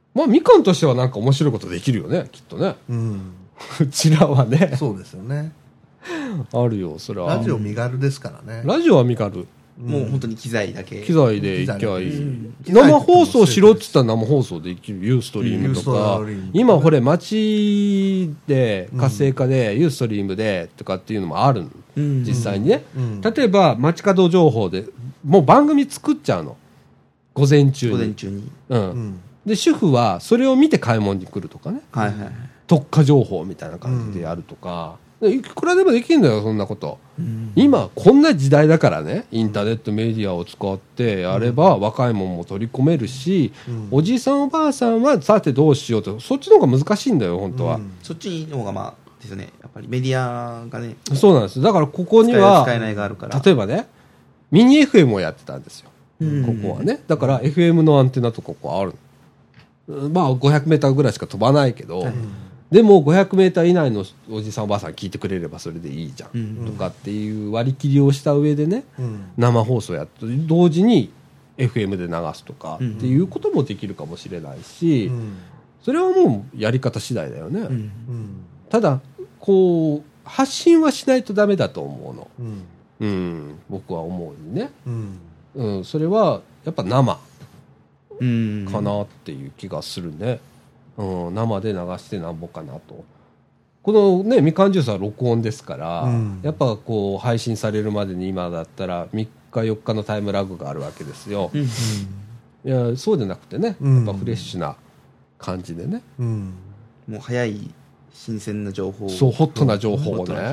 まあみかんとしてはなんか面白いことできるよね、きっとね。うちらはね。 そうですよね。 あるよ、それは。 ラジオ身軽ですからね。 ラジオは身軽。 もう本当に機材だけ。 機材で行きゃいい。生放送しろって言ったら生放送できる。ユーストリームとか。今ほれ街で活性化でユーストリームでとかっていうのもある。実際にね。例えば街角情報でもう番組作っちゃうの。午前中に。 午前中に。 で、主婦はそれを見て買い物に来るとかね。特化情報みたいな感じでやるとか。いくらでもできるんだよ、そんなこと。今、こんな時代だからね、インターネットメディアを使ってやれば、若いもんも取り込めるし、おじいさんおばあさんはさてどうしようと、そっちの方が難しいんだよ、本当は。 そっちの方がまあ、ですよね。やっぱりメディアがね。 そうなんです。だからここには、 使えないがあるから。 例えばね、ミニ FM をやってたんですよ。ここはね。だから FM のアンテナとかこうある。まあ、500メーターぐらいしか飛ばないけど、でも500メーター以内のおじさんおばあさん聞いてくれればそれでいいじゃん、とかっていう割り切りをした上でね、生放送やって同時に FM で流すとかっていうこともできるかもしれないし、それはもうやり方次第だよね、ただこう発信はしないとダメだと思うの、僕は思うにね、それはやっぱ生かなっていう気がするね。生で流してなんぼかなと。このねみかんジュースは録音ですから、やっぱこう配信されるまでに今だったら3日4日のタイムラグがあるわけですよ、いやそうじゃなくてね、やっぱフレッシュな感じでね、 もう早い新鮮な情報、 そうホットな情報をね、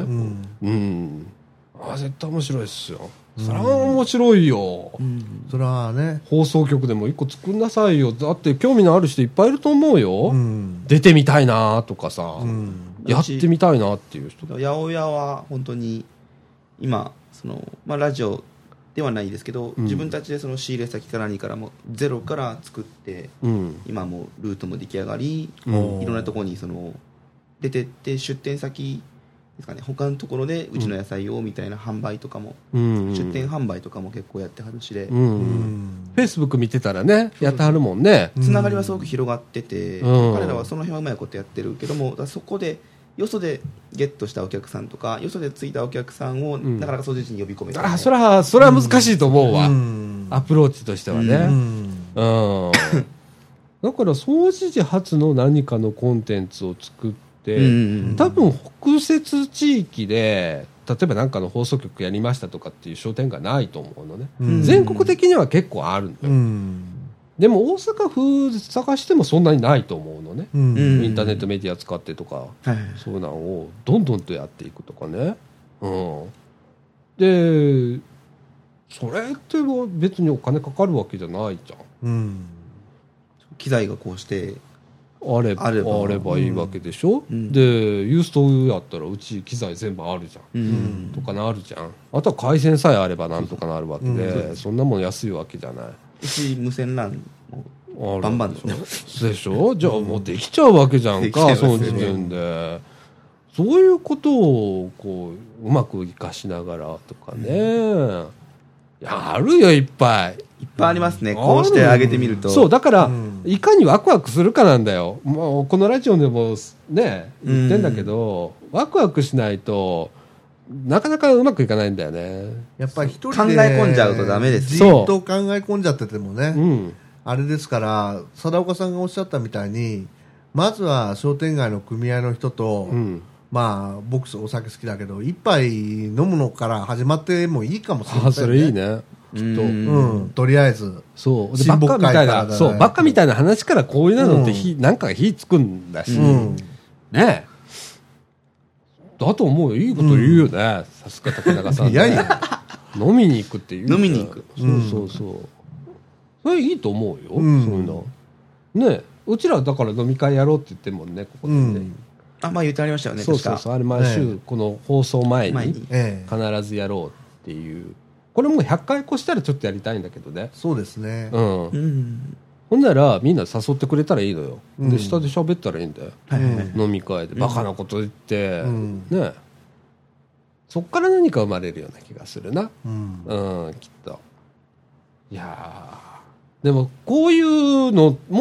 絶対面白いですよ。それは面白いよ、 それはね、 放送局でも一個作んなさいよ。だって興味のある人いっぱいいると思うよ、出てみたいなとかさ、やってみたいなっていう人。 八百屋は本当に今その、ラジオではないですけど、自分たちでその仕入れ先から何からもゼロから作って、今もうルートも出来上がり、いろんなところにその出てって出店先ですかね、他のところでうちの野菜をみたいな販売とかも、出店販売とかも結構やってはるしで、 フェイスブック見てたらねやってはるもんね。 つながりはすごく広がってて、彼らはその辺はうまいことやってるけども、そこでよそでゲットしたお客さんとかよそでついたお客さんをなかなか掃除時に呼び込めた、 それは難しいと思うわ、アプローチとしてはね、だから掃除時初の何かのコンテンツを作って、多分北摂地域で例えば何かの放送局やりましたとかっていう商店街ないと思うのね、全国的には結構あるんだよ、でも大阪府探してもそんなにないと思うのね、インターネットメディア使ってとか、そういうのをどんどんとやっていくとかね、でそれって別にお金かかるわけじゃないじゃん、 機材がこうしてあればいいわけでしょ、でユーストやったらうち機材全部あるじゃん、とかなるじゃん。あとは回線さえあればなんとかなるわけで、そんなもん安いわけじゃない。 うち無線 LAN もバンバンでしょじゃあもうできちゃうわけじゃんか、その時点で。そういうことをこううまく活かしながらとかね、あるよいっぱいありますね。こうしてあげてみると。 そうだから、いかにワクワクするかなんだよ。もうこのラジオでもね言ってんだけど、ワクワクしないとなかなかうまくいかないんだよね。 やっぱり一人で考え込んじゃうとダメです。 じっと考え込んじゃっててもね、あれですから、貞岡さんがおっしゃったみたいに、まずは商店街の組合の人と、僕お酒好きだけど一杯飲むのから始まってもいいかもしれないね。 それいいね。きっと、 とりあえずそうバカみたいな、バカみたいな話からこういうのってなんか火つくんだし、ねだと思うよ。いいこと言うよね、さすが竹中さん。 いやいや飲みに行くっていう。 飲みに行く。 そうそれいいと思うよ、そういうのね。うちらだから飲み会やろうって言ってもね、ここでね、 言ってありましたよね。 そうあれ毎週この放送前に必ずやろうっていう。これもう100回越したらちょっとやりたいんだけどね。 そうですね。 ほんならみんな誘ってくれたらいいのよ。で下で喋ったらいいんだよ、飲み会でバカなこと言って、ねそっから何か生まれるような気がするな、きっと。いやでもこういうのも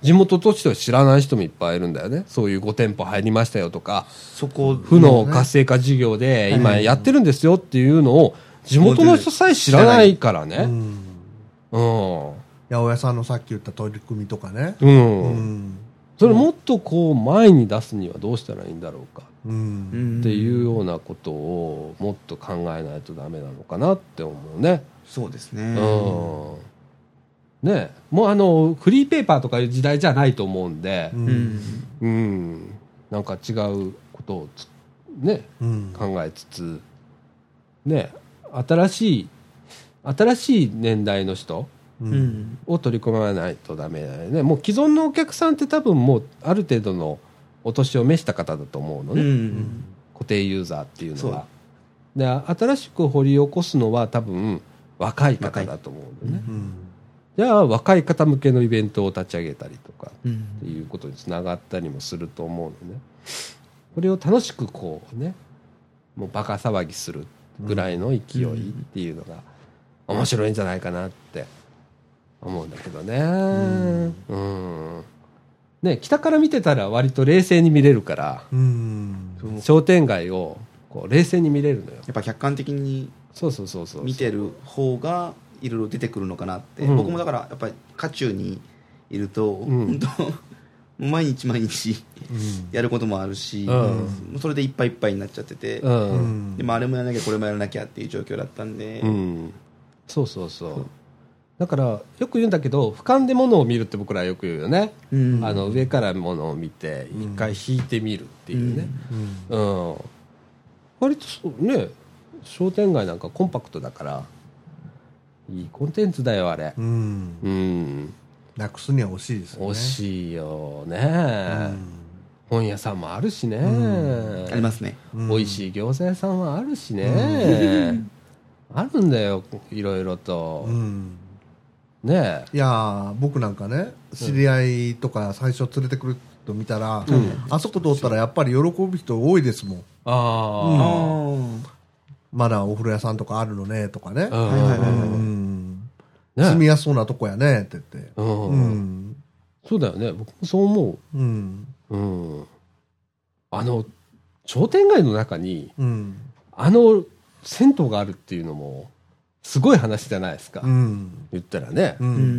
地元としては知らない人もいっぱいいるんだよね。そういう5店舗入りましたよとか、 そこ府の活性化事業で今やってるんですよっていうのを地元の人さえ知らないからね。 八百屋さんのさっき言った取り組みとかね。 それもっとこう前に出すにはどうしたらいいんだろうかっていうようなことをもっと考えないとダメなのかなって思うね。 そうですね。 ね、もうフリーペーパーとかいう時代じゃないと思うんで、なんか違うことをね、考えつつ、ね、新しい年代の人を取り込まないとダメだよね。もう既存のお客さんって多分もうある程度のお年を召した方だと思うのね、固定ユーザーっていうのは。で、新しく掘り起こすのは多分若い方だと思うんだよね。じゃあ若い方向けのイベントを立ち上げたりとかっていうことにつながったりもすると思うのね。これを楽しくこうね、もうバカ騒ぎするぐらいの勢いっていうのが面白いんじゃないかなって思うんだけどね。ね、北から見てたら割と冷静に見れるから、商店街をこう冷静に見れるのよ。 やっぱ客観的に見てる方がいろいろ出てくるのかなって、僕もだからやっぱり渦中にいると、本当毎日やることもあるし、それでいっぱいいっぱいになっちゃってて、でもあれもやらなきゃこれもやらなきゃっていう状況だったんで、 そうだからよく言うんだけど、俯瞰で物を見るって僕らはよく言うよね。上から物を見て一回引いてみるっていうね。割とね、商店街なんかコンパクトだからいいコンテンツだよあれ。 なくすには惜しいですよね。 惜しいよね。本屋さんもあるしね。 ありますね。 美味しい餃子屋さんはあるしね。あるんだよ、いろいろと。ねえ。 いや僕なんかね、知り合いとか最初連れてくると見たら、あそこ通ったらやっぱり喜ぶ人多いですもん。まだお風呂屋さんとかあるのねとかね。住みやすそうなとこやねって言って。 そうだよね、僕もそう思う。商店街の中に、銭湯があるっていうのもすごい話じゃないですか、言ったらね。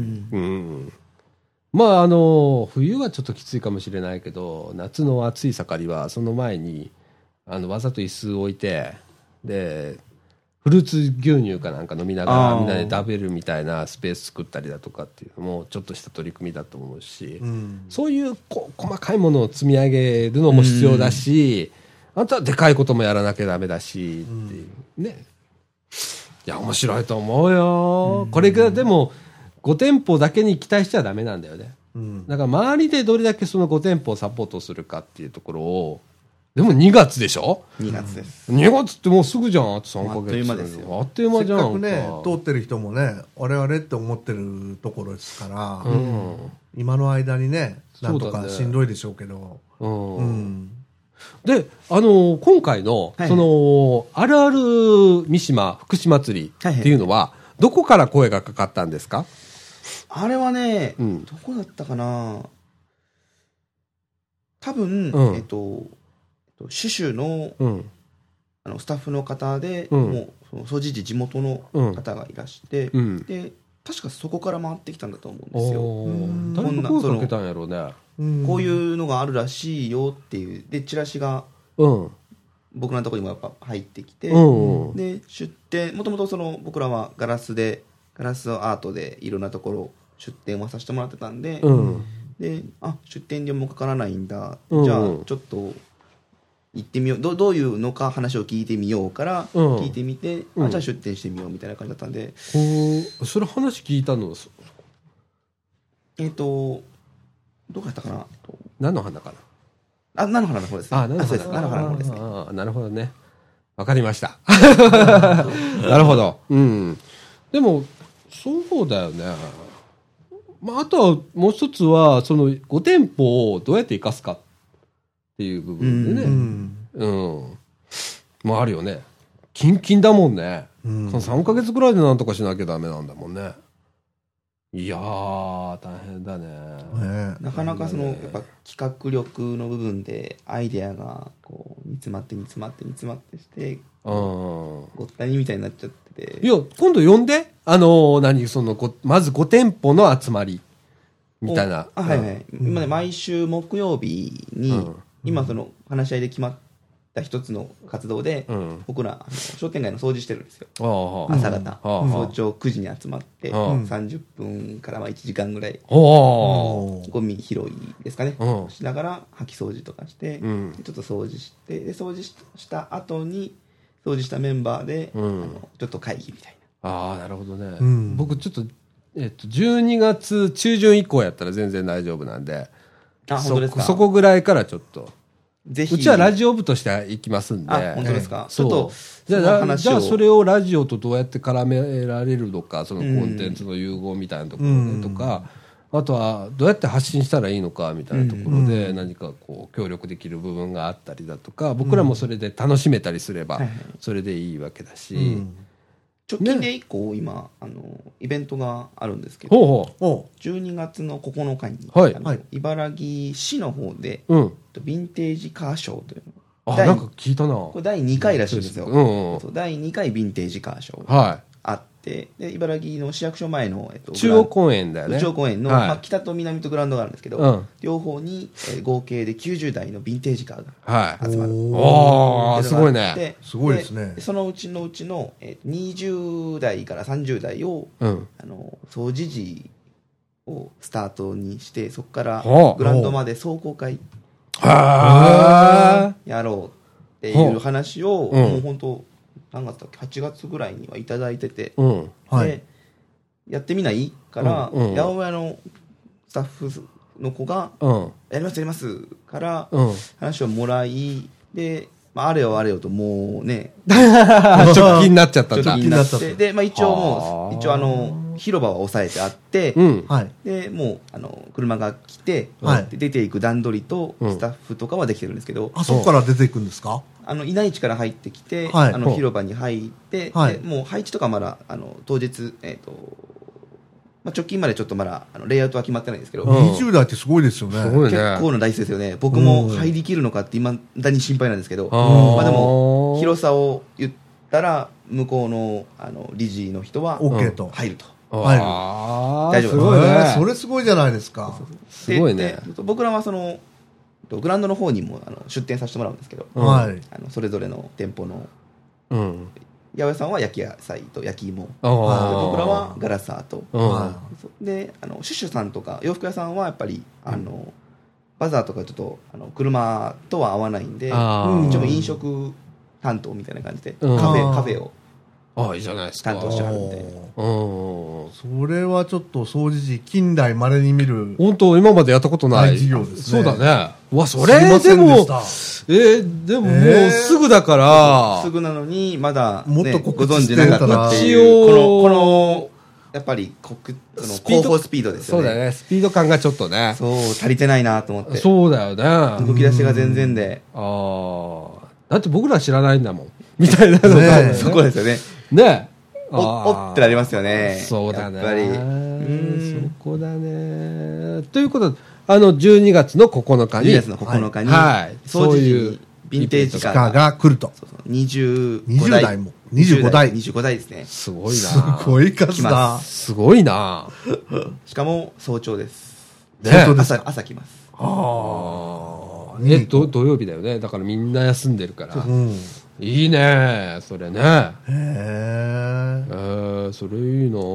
まあ冬はちょっときついかもしれないけど、夏の暑い盛りはその前にわざと椅子を置いて、でフルーツ牛乳かなんか飲みながらみんなで食べるみたいなスペース作ったりだとかっていうのもちょっとした取り組みだと思うし、そういう細かいものを積み上げるのも必要だし、あとはでかいこともやらなきゃダメだしっていうね。いや面白いと思うよ。これがでも5店舗だけに期待しちゃダメなんだよね。だから周りでどれだけその5店舗をサポートするかっていうところを。でも2月でしょ。 2月です。 2月ってもうすぐじゃん。あと3ヶ月。 あっという間ですよ。 あっという間じゃん。 せっかくね、通ってる人もね、我々って思ってるところですから、今の間にね、なんとかしんどいでしょうけど。 で、今回の、その、あるある三島福島祭りっていうのは、どこから声がかかったんですか？ あれはね、どこだったかな。多分、シュシュの、スタッフの方で、もう総持寺地元の方がいらして、で確かそこから回ってきたんだと思うんですよ。 誰が声かけたんやろうね。 こういうのがあるらしいよっていうでチラシが僕のところにもやっぱ入ってきて、で出店、もともとその僕らはガラスアートでいろんなところ出店はさせてもらってたんで、で出店料もかからないんだ、じゃあちょっと行ってみよう、どういうのか話を聞いてみようから聞いてみて、じゃあ出店してみようみたいな感じだったんで、 それ話聞いたのどこだったかな。 何の花かな。 菜の花の方ですね。 菜の花の方ですね。 なるほどね。わかりました。なるほど。でもそうだよね。まああとはもう一つはその5店舗をどうやって生かすかっていう部分でね。もあるよね。キンキンだもんね。その3ヶ月ぐらいでなんとかしなきゃダメなんだもんね。 いやー、大変だね。 なかなかやっぱ企画力の部分でアイデアがこう煮詰まってして、ごったにみたいになっちゃってて。 いや、今度呼んで、まず5店舗の集まりみたいな。 はいはい。今ね、毎週木曜日に、今話し合いで決まった一つの活動で、僕ら商店街の掃除してるんですよ。朝方、早朝9時に集まって30分から1時間ぐらいゴミ拾いですかね、しながら掃き掃除とかして、ちょっと掃除して、で掃除した後に掃除したメンバーでちょっと会議みたいな。 ああ、なるほどね。僕ちょっと12月中旬以降やったら全然大丈夫なんで、 本当ですか。 そこぐらいからちょっと。 ぜひ。 うちはラジオ部として行きますんで。 本当ですか。 ちょっと、じゃあそれをラジオとどうやって絡められるのか、そのコンテンツの融合みたいなところでとか、あとはどうやって発信したらいいのかみたいなところで何かこう協力できる部分があったりだとか、僕らもそれで楽しめたりすればそれでいいわけだし。 直近で1個今イベントがあるんですけど、12月の9日に茨城市の方でヴィンテージカーショーというのなんか聞いたな。 これ第2回らしいんですよ。第2回ヴィンテージカーショーあって、で茨城の市役所前の中央公園だよね。 中央公園の北と南とグラウンドがあるんですけど、両方に合計で90台のヴィンテージカーが集まる。 すごいね。 すごいですね。 そのうちの20代から30代を掃除時をスタートにして、そこからグラウンドまで走行会やろうっていう話をもう本当何月だっけ、8月ぐらいにはいただいてて、でやってみないから八百屋のスタッフの子がやりますから話をもらい、であれよあれよともうね直近になっちゃったんだ。 で一応広場は抑えてあって、でもう車が来て出ていく段取りとスタッフとかはできてるんですけど、 そこから出ていくんですか。 いない位置から入ってきて広場に入って、もう配置とかまだ当日直近までちょっとまだレイアウトは決まってないんですけど、 20代ってすごいですよね。 結構な台数ですよね。僕も入りきるのかって今だに心配なんですけど、でも広さを言ったら向こうの理事の人は OK と入ると。 大丈夫です。それすごいじゃないですか。 すごいね。 僕らはグラウンドの方にも出店させてもらうんですけど、それぞれの店舗の八百屋さんは焼き野菜と焼き芋、僕らはガラスアートで、シュシュさんとか洋服屋さんはやっぱりバザーとかちょっと車とは合わないんで、一応飲食担当みたいな感じでカフェをいいじゃないですか担当してはるんで、 それはちょっと掃除時近代まれに見る本当今までやったことない事業ですね。 そうだね。それでもでももうすぐだからすぐなのにまだもっとご存知なかったっていうこのやっぱり広報スピードですよね。 そうだね。スピード感がちょっとね、 そう足りてないなと思って。 そうだよね。 動き出しが全然で、 だって僕ら知らないんだもんみたいなのがそこですよね。 ね、 おってなりますよね。 そうだね。 やっぱりそこだね。ということで12月の9日に 12月の9日にそういうヴィンテージカーが来ると。 20 台も25 台ですね。 すごいな。 すごい数だ。 すごいな。 しかも早朝です。朝来ます。 土曜日だよね。だからみんな休んでるから。いいね、それね。それいいな。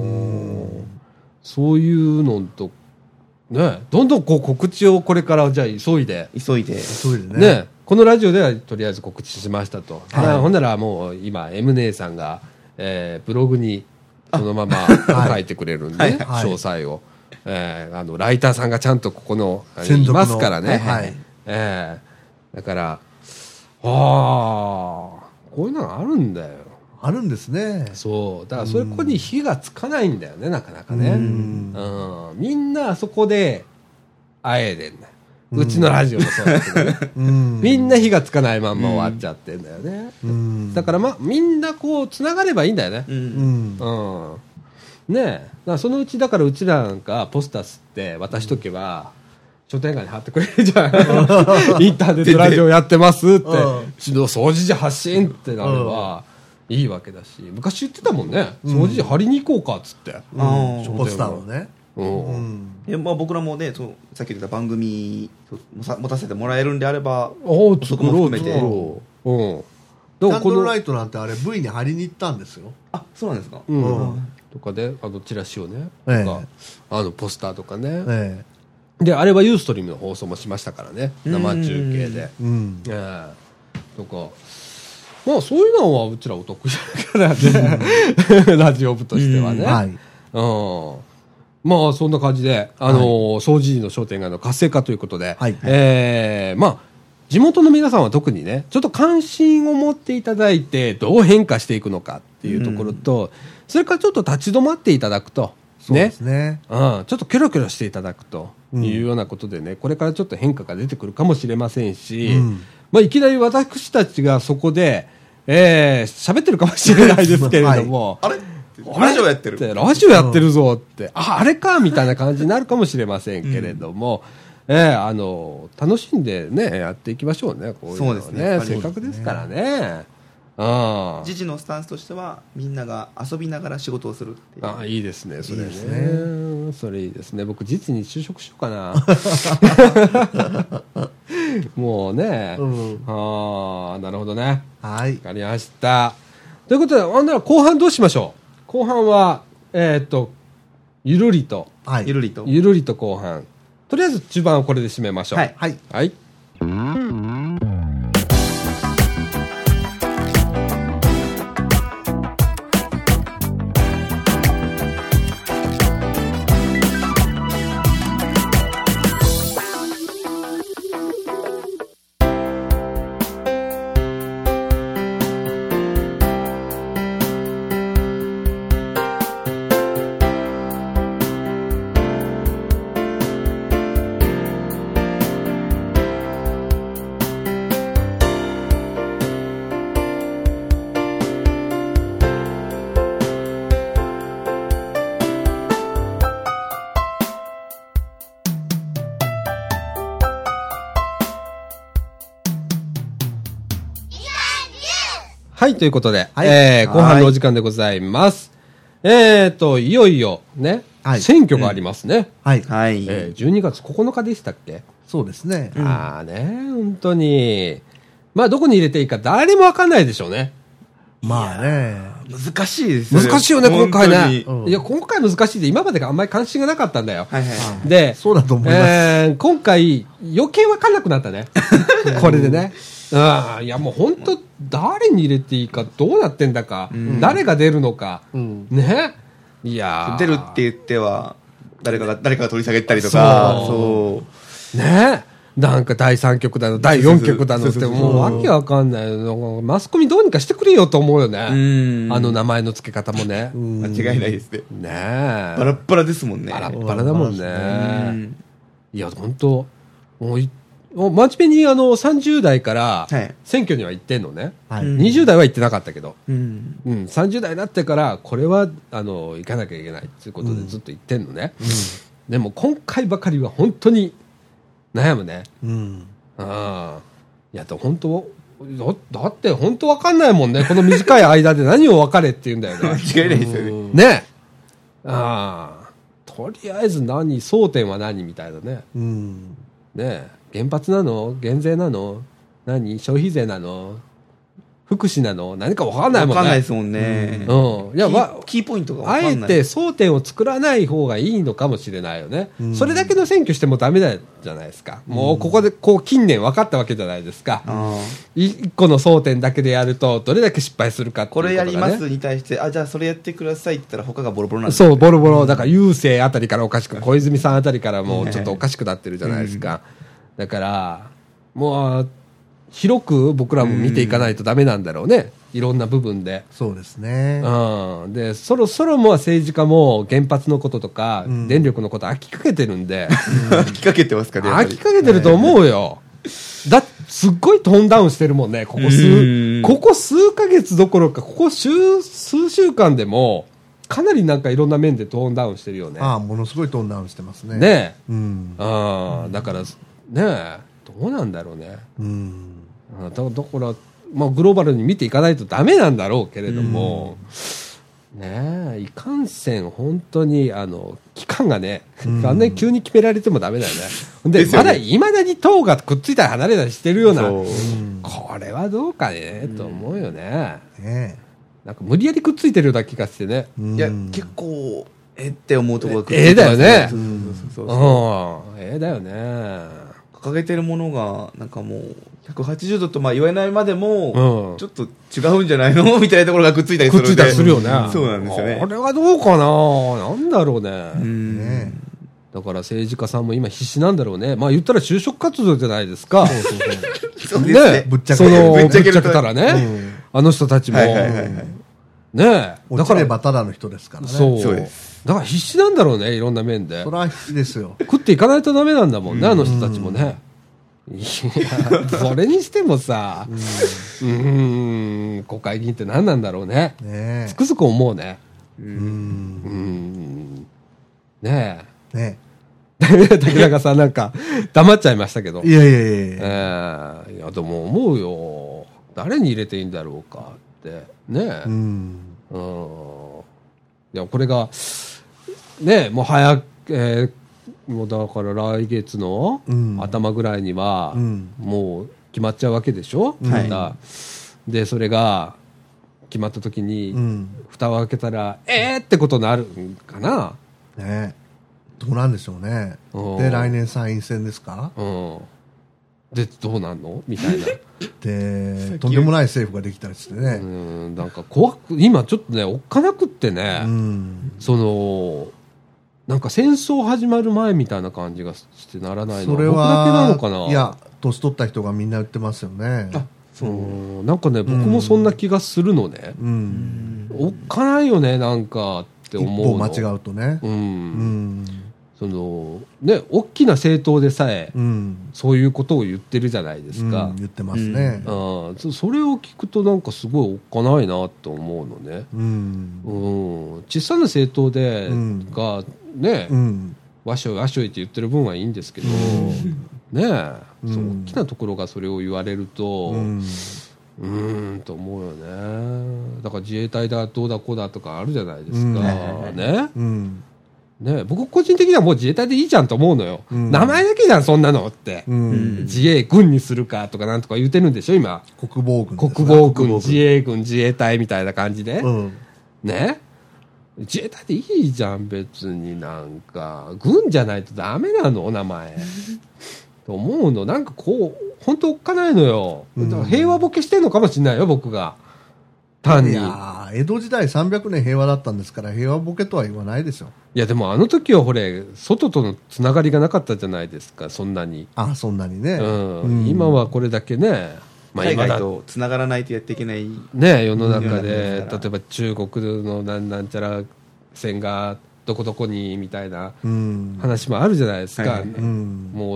そういうのとね、どんどん告知をこれからじゃあ急いでね、このラジオではとりあえず告知しましたと。ほんならもう今 M 姉さんがブログにそのまま書いてくれるんで、詳細をライターさんがちゃんとここのいますからね。だからこういうのがあるんだよ。 あるんですね。 そうだからそこに火がつかないんだよね、なかなかね。みんなあそこであえでんだよ。うちのラジオもそうだけどね。みんな火がつかないまんま終わっちゃってんだよね。だからみんなこうつながればいいんだよね。 ねえ、そのうちだからうちらなんかポスター吸って渡しとけば、商店街に貼ってくれるじゃん。インターネットラジオやってますって、掃除時発信ってなればいいわけだし、昔言ってたもんね、掃除時貼りに行こうかっつって、 ポスターをね。 いや、まあ、僕らもね、さっき言った番組持たせてもらえるんであれば、 そこも含めて。 キャンドルライトなんてあれ V に貼りに行ったんですよ。 あ、そうなんですか。 とかでチラシをね、ポスターとかね、であれはユーストリームの放送もしましたからね、生中継で、とか、まあそういうのはうちらお得意だからね、ラジオ部としてはね。まあそんな感じで、掃除時の商店街の活性化ということで、まあ地元の皆さんは特にね、ちょっと関心を持っていただいてどう変化していくのかっていうところと、それからちょっと立ち止まっていただくと、ね、ちょっとキョロキョロしていただくというようなことでね、これからちょっと変化が出てくるかもしれませんし、まあいきなり私たちがそこで喋ってるかもしれないですけれども、 あれラジオやってるラジオやってるぞって、あれかみたいな感じになるかもしれませんけれども、楽しんでねやっていきましょうね。こういうのね、そうですね、せっかくですからね。 時事のスタンスとしてはみんなが遊びながら仕事をするっていう。 いいですね、それね。それいいですね。僕実に就職しようかな。もうね、なるほどね。はい、分かりました。ということで、後半どうしましょう。後半はゆるりと後半、とりあえず中盤はこれで締めましょう。はい、はい。はい、ということで、後半のお時間でございます。いよいよね、選挙がありますね。12月9日でしたっけ？ そうですね。 本当に。まあ、どこに入れていいか誰もわかんないでしょうね。 まあね。 難しいですね。 難しいよね、今回ね。いや、今回難しいで、今までがあんまり関心がなかったんだよ。で、 そうだと思います。 今回、余計わかんなくなったね。これでね。いやもう本当誰に入れていいかどうなってんだか、誰が出るのか、ね、いや出るって言っては誰かが取り下げたりとか、 そうね、なんか第3局だの第4局だのってもうわけわかんない。マスコミどうにかしてくれよと思うよね。名前の付け方もね、 間違いないですね。 バラッバラですもんね。 バラッバラだもんね。いや本当もう真面目に30代から選挙には行ってんのね、20代は行ってなかったけど、30代になってからこれは行かなきゃいけないということでずっと行ってんのね、でも今回ばかりは本当に悩むね。いや本当だって本当分かんないもんね、この短い間で何を分かれって言うんだよね。 間違いないですよね。 ね、とりあえず争点は何みたいなね。ね、原発なの、減税なの、消費税なの、福祉なの、何か分かんないもんね。 分かんないですもんね。 いやキーポイントが分かんない。 あえて争点を作らない方がいいのかもしれないよね。それだけの選挙してもダメだじゃないですか。もうここで近年分かったわけじゃないですか。一個の争点だけでやるとどれだけ失敗するかっていうことがね。 これやりますに対して、じゃあそれやってくださいって言ったら他がボロボロなんです。 そうボロボロだから郵政あたりからおかしく、小泉さんあたりからもうちょっとおかしくなってるじゃないですか。だからもう広く僕らも見ていかないとダメなんだろうね、いろんな部分で。 そうですね。 でそろそろもう政治家も原発のこととか、電力のこと飽きかけてるんで、 飽きかけてますかね。 飽きかけてると思うよ。すっごいトーンダウンしてるもんね、ここ数ヶ月どころかここ数週間でもかなりなんかいろんな面でトーンダウンしてるよね。 ものすごいトーンダウンしてますね。 ねえ。だから、ねえ、どうなんだろうね。だから、まあ、グローバルに見ていかないとダメなんだろうけれども、ねえ、いかんせん、本当に、期間がね、あんなに急に決められてもダメだよね。で、まだ、未だに塔がくっついたり離れたりしてるような、これはどうかね、と思うよね。なんか無理やりくっついてるような気がしてね。 いや、結構、って思うところがくっついてますね。だよね。だよね。 掲げてるものが、なんかもう、180度とまあ言わないまでも、ちょっと違うんじゃないのみたいなところがくっついたりする。 くっついたりするよね。 そうなんですよね。 これはどうかな、なんだろうね。だから政治家さんも今必死なんだろうね。まあ言ったら就職活動じゃないですか。 そうですね。 ぶっちゃけたらね。あの人たちも。ねえ。 落ちればただの人ですからね。 そうです。だから必死なんだろうね、いろんな面で。 それは必死ですよ。 食っていかないとダメなんだもんね、あの人たちもね。いや、それにしてもさ、国会議員って何なんだろうね。つくづく思うね。ねえ。ねえ。竹中さんなんか黙っちゃいましたけど。 いや。 いや、でも思うよ。誰に入れていいんだろうかって。ねえ。いや、これが、ねえ、もう早く、もうだから来月の頭ぐらいには、もう決まっちゃうわけでしょ、で、それが決まった時に、蓋を開けたら、ってことになるんかな。 ね、どうなんでしょうね。で、来年参院選ですか。 で、どうなんのみたいな。 で、とんでもない政府ができたりしてね。 なんか怖く、今ちょっとね、おっかなくってね、なんか戦争始まる前みたいな感じがしてならないの。 それは僕だけなのかな。 いや、年取った人がみんな言ってますよね。 なんかね、僕もそんな気がするのね。おっかないよね、なんかって思うの。 一歩間違うとね。 そのね、大きな政党でさえ、そういうことを言ってるじゃないですか。 言ってますね。 それを聞くとなんかすごいおっかないなと思うのね。小さな政党で、がね、わしょいわしょいって言ってる分はいいんですけど、ね、大きなところがそれを言われると、と思うよね。だから自衛隊だどうだこうだとかあるじゃないですか。ね、僕個人的にはもう自衛隊でいいじゃんと思うのよ。名前だけじゃんそんなのって、自衛軍にするかとかなんとか言ってるんでしょ今。 国防軍、 自衛軍、自衛隊みたいな感じで、ね、自衛隊でいいじゃん別に。なんか軍じゃないとダメなの名前と思うの。なんかこう本当おっかないのよ。だから平和ボケしてんのかもしれないよ僕が。単に。いや江戸時代300年平和だったんですから平和ボケとは言わないですよ。 いやでもあの時はほれ外とのつながりがなかったじゃないですかそんなに。 そんなにね。 今はこれだけね、 海外とつながらないとやっていけないね世の中で、例えば中国のなんちゃら船がどこどこにみたいな話もあるじゃないですか。もう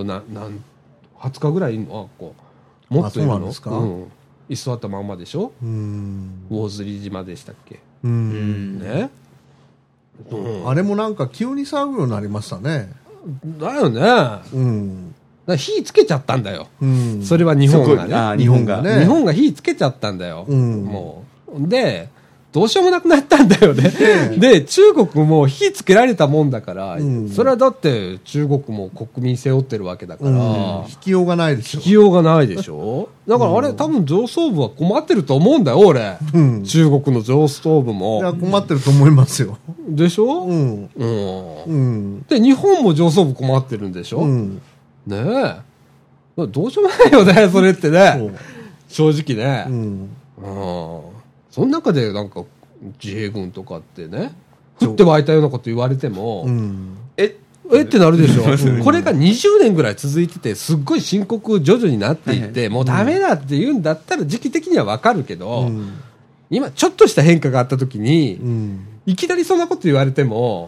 20日ぐらいいるのもっといるの。そうなんですか。居座ったまんまでしょ。魚釣島でしたっけ。ね。 あれもなんか急に騒ぐようになりましたね。 だよね。火つけちゃったんだよ。それは日本がね。 日本がね。 日本が火つけちゃったんだよ。もうでどうしようもなくなったんだよね。で中国も火つけられたもんだから、それはだって中国も国民背負ってるわけだから、 引きようがないでしょ。 引きようがないでしょ。だからあれ多分上層部は困ってると思うんだよ俺。中国の上層部も。 いや困ってると思いますよ。 でしょ。で日本も上層部困ってるんでしょ。ねえ。どうしようもないよねそれってね。正直ね。その中でなんか自衛軍とかってね降って湧いたようなこと言われても、ってなるでしょ。これが20年ぐらい続いててすっごい深刻徐々になっていって、もうダメだって言うんだったら時期的には分かるけど、今ちょっとした変化があった時に、いきなりそんなこと言われても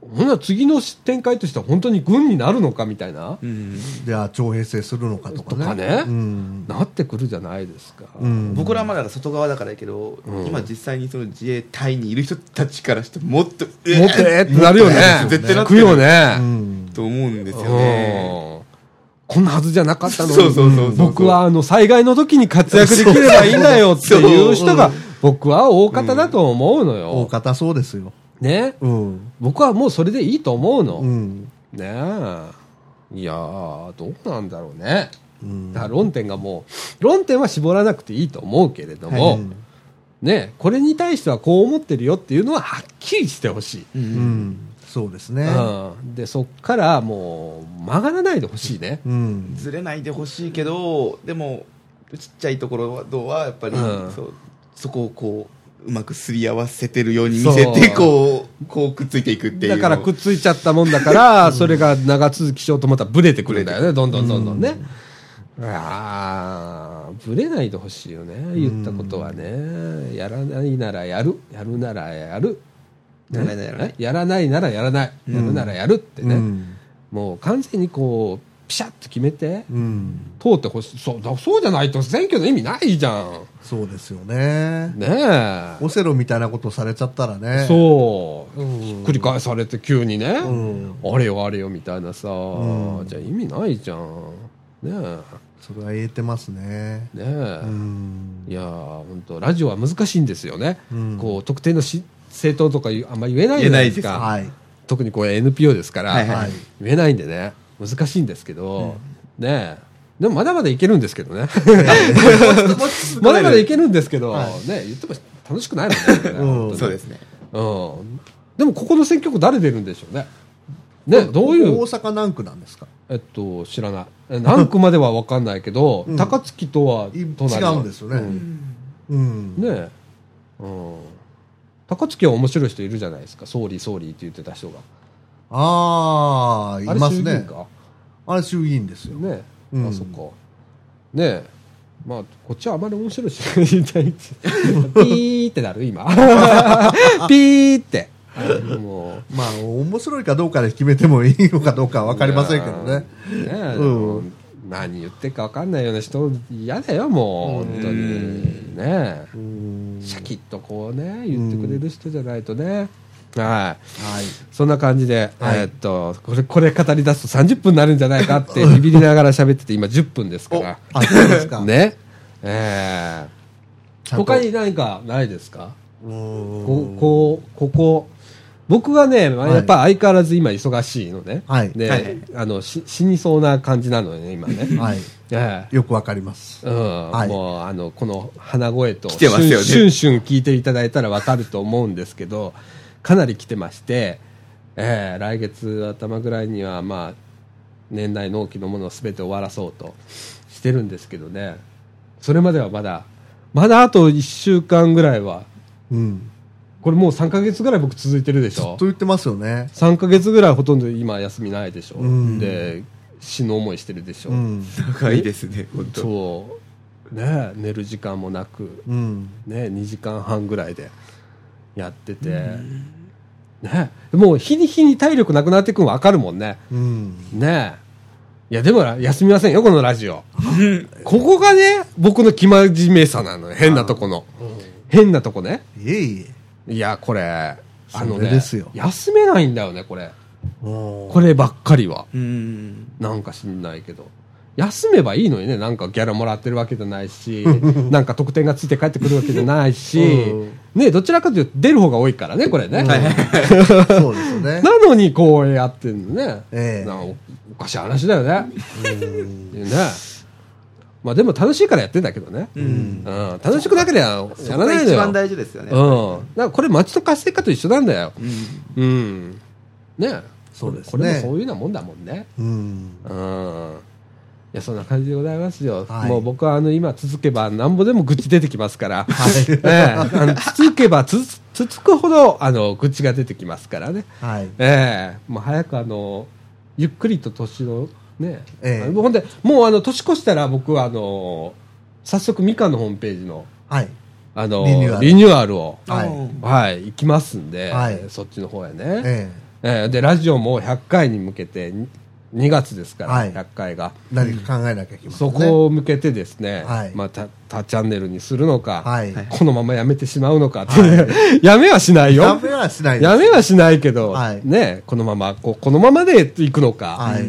ほな次の展開としては本当に軍になるのかみたいな、 じゃあ徴兵制するのかとかね、 なってくるじゃないですか。 僕らはまだ外側だからやけど、今実際にその自衛隊にいる人たちからしてもっとってなるよね。 絶対なってくよね、 と思うんですよね。 こんなはずじゃなかったのに、僕は災害の時に活躍できればいいんだよっていう人が僕は大方だと思うのよ。 大方そうですよ。 ね、僕はもうそれでいいと思うの。ねえ。いやー、どうなんだろうね。だから論点は絞らなくていいと思うけれども、ね、これに対してはこう思ってるよっていうのははっきりしてほしい。 そうですね。 で、そっからもう曲がらないでほしいね。 ずれないでほしいけど、でも、ちっちゃいところはやっぱり、そこをこう、うまくすり合わせてるように見せて、こうくっついていくっていう。 だからくっついちゃったもんだから、それが長続きしようとまたブレてくるんだよね。どんどんね。ブレないでほしいよね。言ったことはね。やらないならやる。やるならやる。やらないならやらない。やるならやるってね。もう完全にこう、ピシャッと決めて、通ってほしい。そうじゃないと選挙の意味ないじゃん。 そうですよね。 ねえ。 オセロみたいなことされちゃったらね。 そう。ひっくり返されて急にね、あれよあれよみたいなさ、じゃあ意味ないじゃん。ねえ。 それは言えてますね。 ねえ。いや本当ラジオは難しいんですよね。こう特定の政党とかあんまり言えないじゃないですか。特にこれ NPO ですから、言えないんでね。難しいんですけど、ねえ。でもまだまだいけるんですけどね。まだまだいけるんですけど、ね、言っても楽しくないもんね。 そうですね。 でもここの選挙区誰出るんでしょうね。ね、どういう。 大阪何区なんですか？ 知らない。何区までは分かんないけど、高槻とは隣違うんですよね。 ねえ。高槻は面白い人いるじゃないですか。総理って言ってた人が。 いますね。あれ衆議院ですよね。そっか。ねえ。まあ、こっちはあまり面白いしない。ピーってなる今。ピーって。 まあ、面白いかどうかで決めてもいいのかどうかは分かりませんけどね。 何言ってるか分かんないような人嫌だよ、もう。本当に。ねえ。シャキッとこうね、言ってくれる人じゃないとね。はい。そんな感じで、これ語り出すと30分になるんじゃないかってビビりながら喋ってて今10分ですから。 そうですか。 ね。他に何かないですか？ここ。僕はね、やっぱ相変わらず今忙しいのね。で、死にそうな感じなのよね、今ね。 よくわかります。 もう、この鼻声と、 シュンシュン聞いていただいたらわかると思うんですけど、かなり来てまして、来月頭ぐらいには、まあ、年内納期のものを全て終わらそうとしてるんですけどね、それまではまだあと1週間ぐらいは、これもう3ヶ月ぐらい僕続いてるでしょ。 ずっと言ってますよね。 3ヶ月ぐらいほとんど今休みないでしょ。で、死の思いしてるでしょ。 長いですね、本当。 そう。ね、寝る時間もなく、ね、2時間半ぐらいでやってて、ね、もう日に日に体力なくなっていくの分かるもんね。ねいや、でも休みませんよ、このラジオ。ここがね、僕の生真面目さなのよ。変なとこの。変なとこね。いや、これ、休めないんだよね、これ。こればっかりは。なんか知んないけど。休めばいいのにね、なんかギャラもらってるわけじゃないし、なんか得点がついて帰ってくるわけじゃないし、ね、どちらかというと出る方が多いからね、これね。 そうですよね。 なのにこうやってんのね。おかしい話だよね。まあでも楽しいからやってんだけどね。楽しくなければやらないのよ。そこが一番大事ですよね。 だからこれ街の活性化と一緒なんだよ。ね。 そうですね。 これもそういうようなもんだもんね。いや、そんな感じでございますよ。もう僕は今続けばなんぼでも愚痴出てきますから。続けば続くほど愚痴が出てきますからね。もう早くゆっくりと年のね、ほんでもう年越したら僕は早速みかんのホームページのリニューアルを行きますんで、そっちの方へね。 でラジオも100回に向けて2月ですから、はい、100回が何か考えなきゃいけませんね。 そこを向けてですね、はい、また他チャンネルにするのか、はい、このままやめてしまうのかって、はい、やめはしないよ。 やめはしないです。 やめはしないけど、はい、ね、このままこのままでいくのか、はい、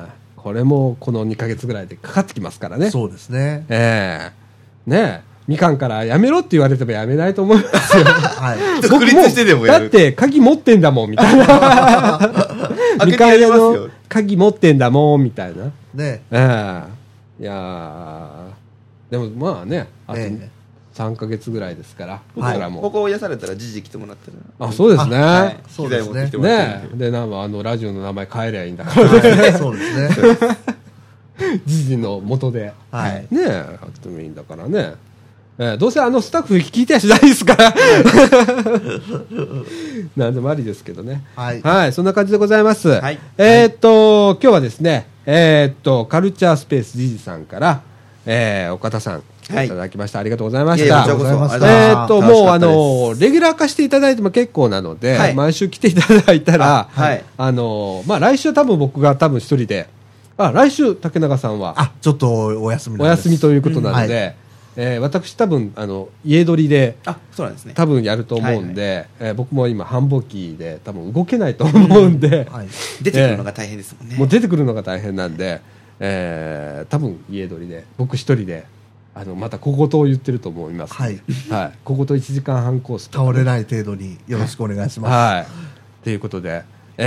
これもこの2ヶ月ぐらいでかかってきますからね。 そうですね。 ね、みかんからやめろって言われてもやめないと思いますよ。 はい、独立してでもやる。 だって鍵持ってんだもんみたいな。みかん屋の鍵持ってんだもんみたいな。ね。いやでもまあね、あと3ヶ月ぐらいですから、 僕らもここを癒されたらじじ来てもらったら。 あ、そうですね。はい、 そうですね。 ね。でなんかラジオの名前変えりゃいいんだからね。 そうですね。 じじの元で、はい、ね、やってもいいんだからね。どうせスタッフ聞いてやしないですから。なんでもありですけどね。はい。はい、そんな感じでございます。はい。今日はですね、カルチャースペースじじさんから、岡田さん、いただきました。ありがとうございました。もうレギュラー化していただいても結構なので、はい、毎週来ていただいたら、はい、まあ来週は多分僕が一人で、来週竹中さんはちょっとお休みということなので、私多分家取りでそうなんですね、 多分やると思うんで、僕も今繁忙期で多分動けないと思うんで、 出てくるのが大変ですもんね。 もう出てくるのが大変なんで、多分家取りで僕一人でまた小言を言ってると思います、はいはい、小言1時間半コースとか、 倒れない程度によろしくお願いします。 はい、ということで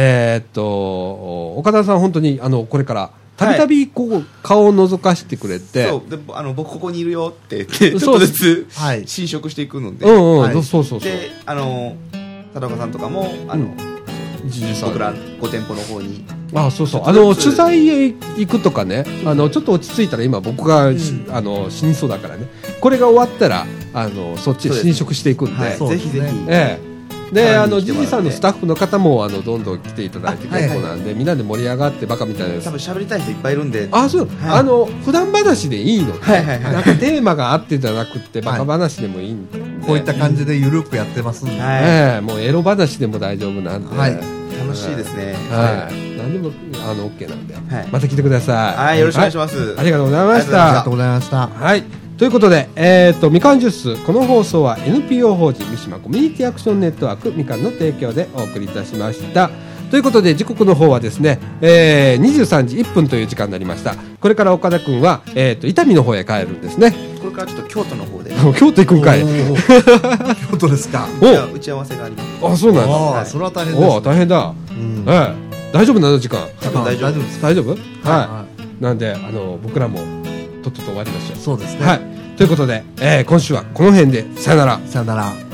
岡田さん本当にこれからたびたび顔を覗かしてくれて、 そうで僕ここにいるよって言ってちょっとずつ侵食していくので、そうで田中さんとかも僕ら5店舗の方にそう取材へ行くとかね、ちょっと落ち着いたら今僕が死にそうだからね、これが終わったらそっちへ侵食していくんで、 ぜひぜひでジジさんのスタッフの方もどんどん来ていただいて結構なんで、みんなで盛り上がってバカみたいな多分喋りたい人いっぱいいるんで、 そう、普段話でいいので、なんかテーマがあってじゃなくてバカ話でもいいんで、 こういった感じでゆるくやってますんで、 もうエロ話でも大丈夫なんで、 楽しいですね。 何でもOK なんで、また来てください。よろしくお願いします。 ありがとうございました。 ありがとうございました。 はい。ということで、みかんジュース、この放送は NPO 法人三島コミュニティアクションネットワークみかんの提供でお送りいたしました。ということで時刻の方はですね、23時1分という時間になりました。これから岡田君は、伊丹の方へ帰るんですね。 これからちょっと京都の方で京都行くんかい。 京都ですか。 打ち合わせがあります。 そうなんです。 それは大変です。 大変だ。大丈夫なの時間。 大丈夫です。 大丈夫。はい。なんで僕らもとっとと終わりましょう。 そうですね。 はい。ということで、今週はこの辺でさよなら。 さよなら。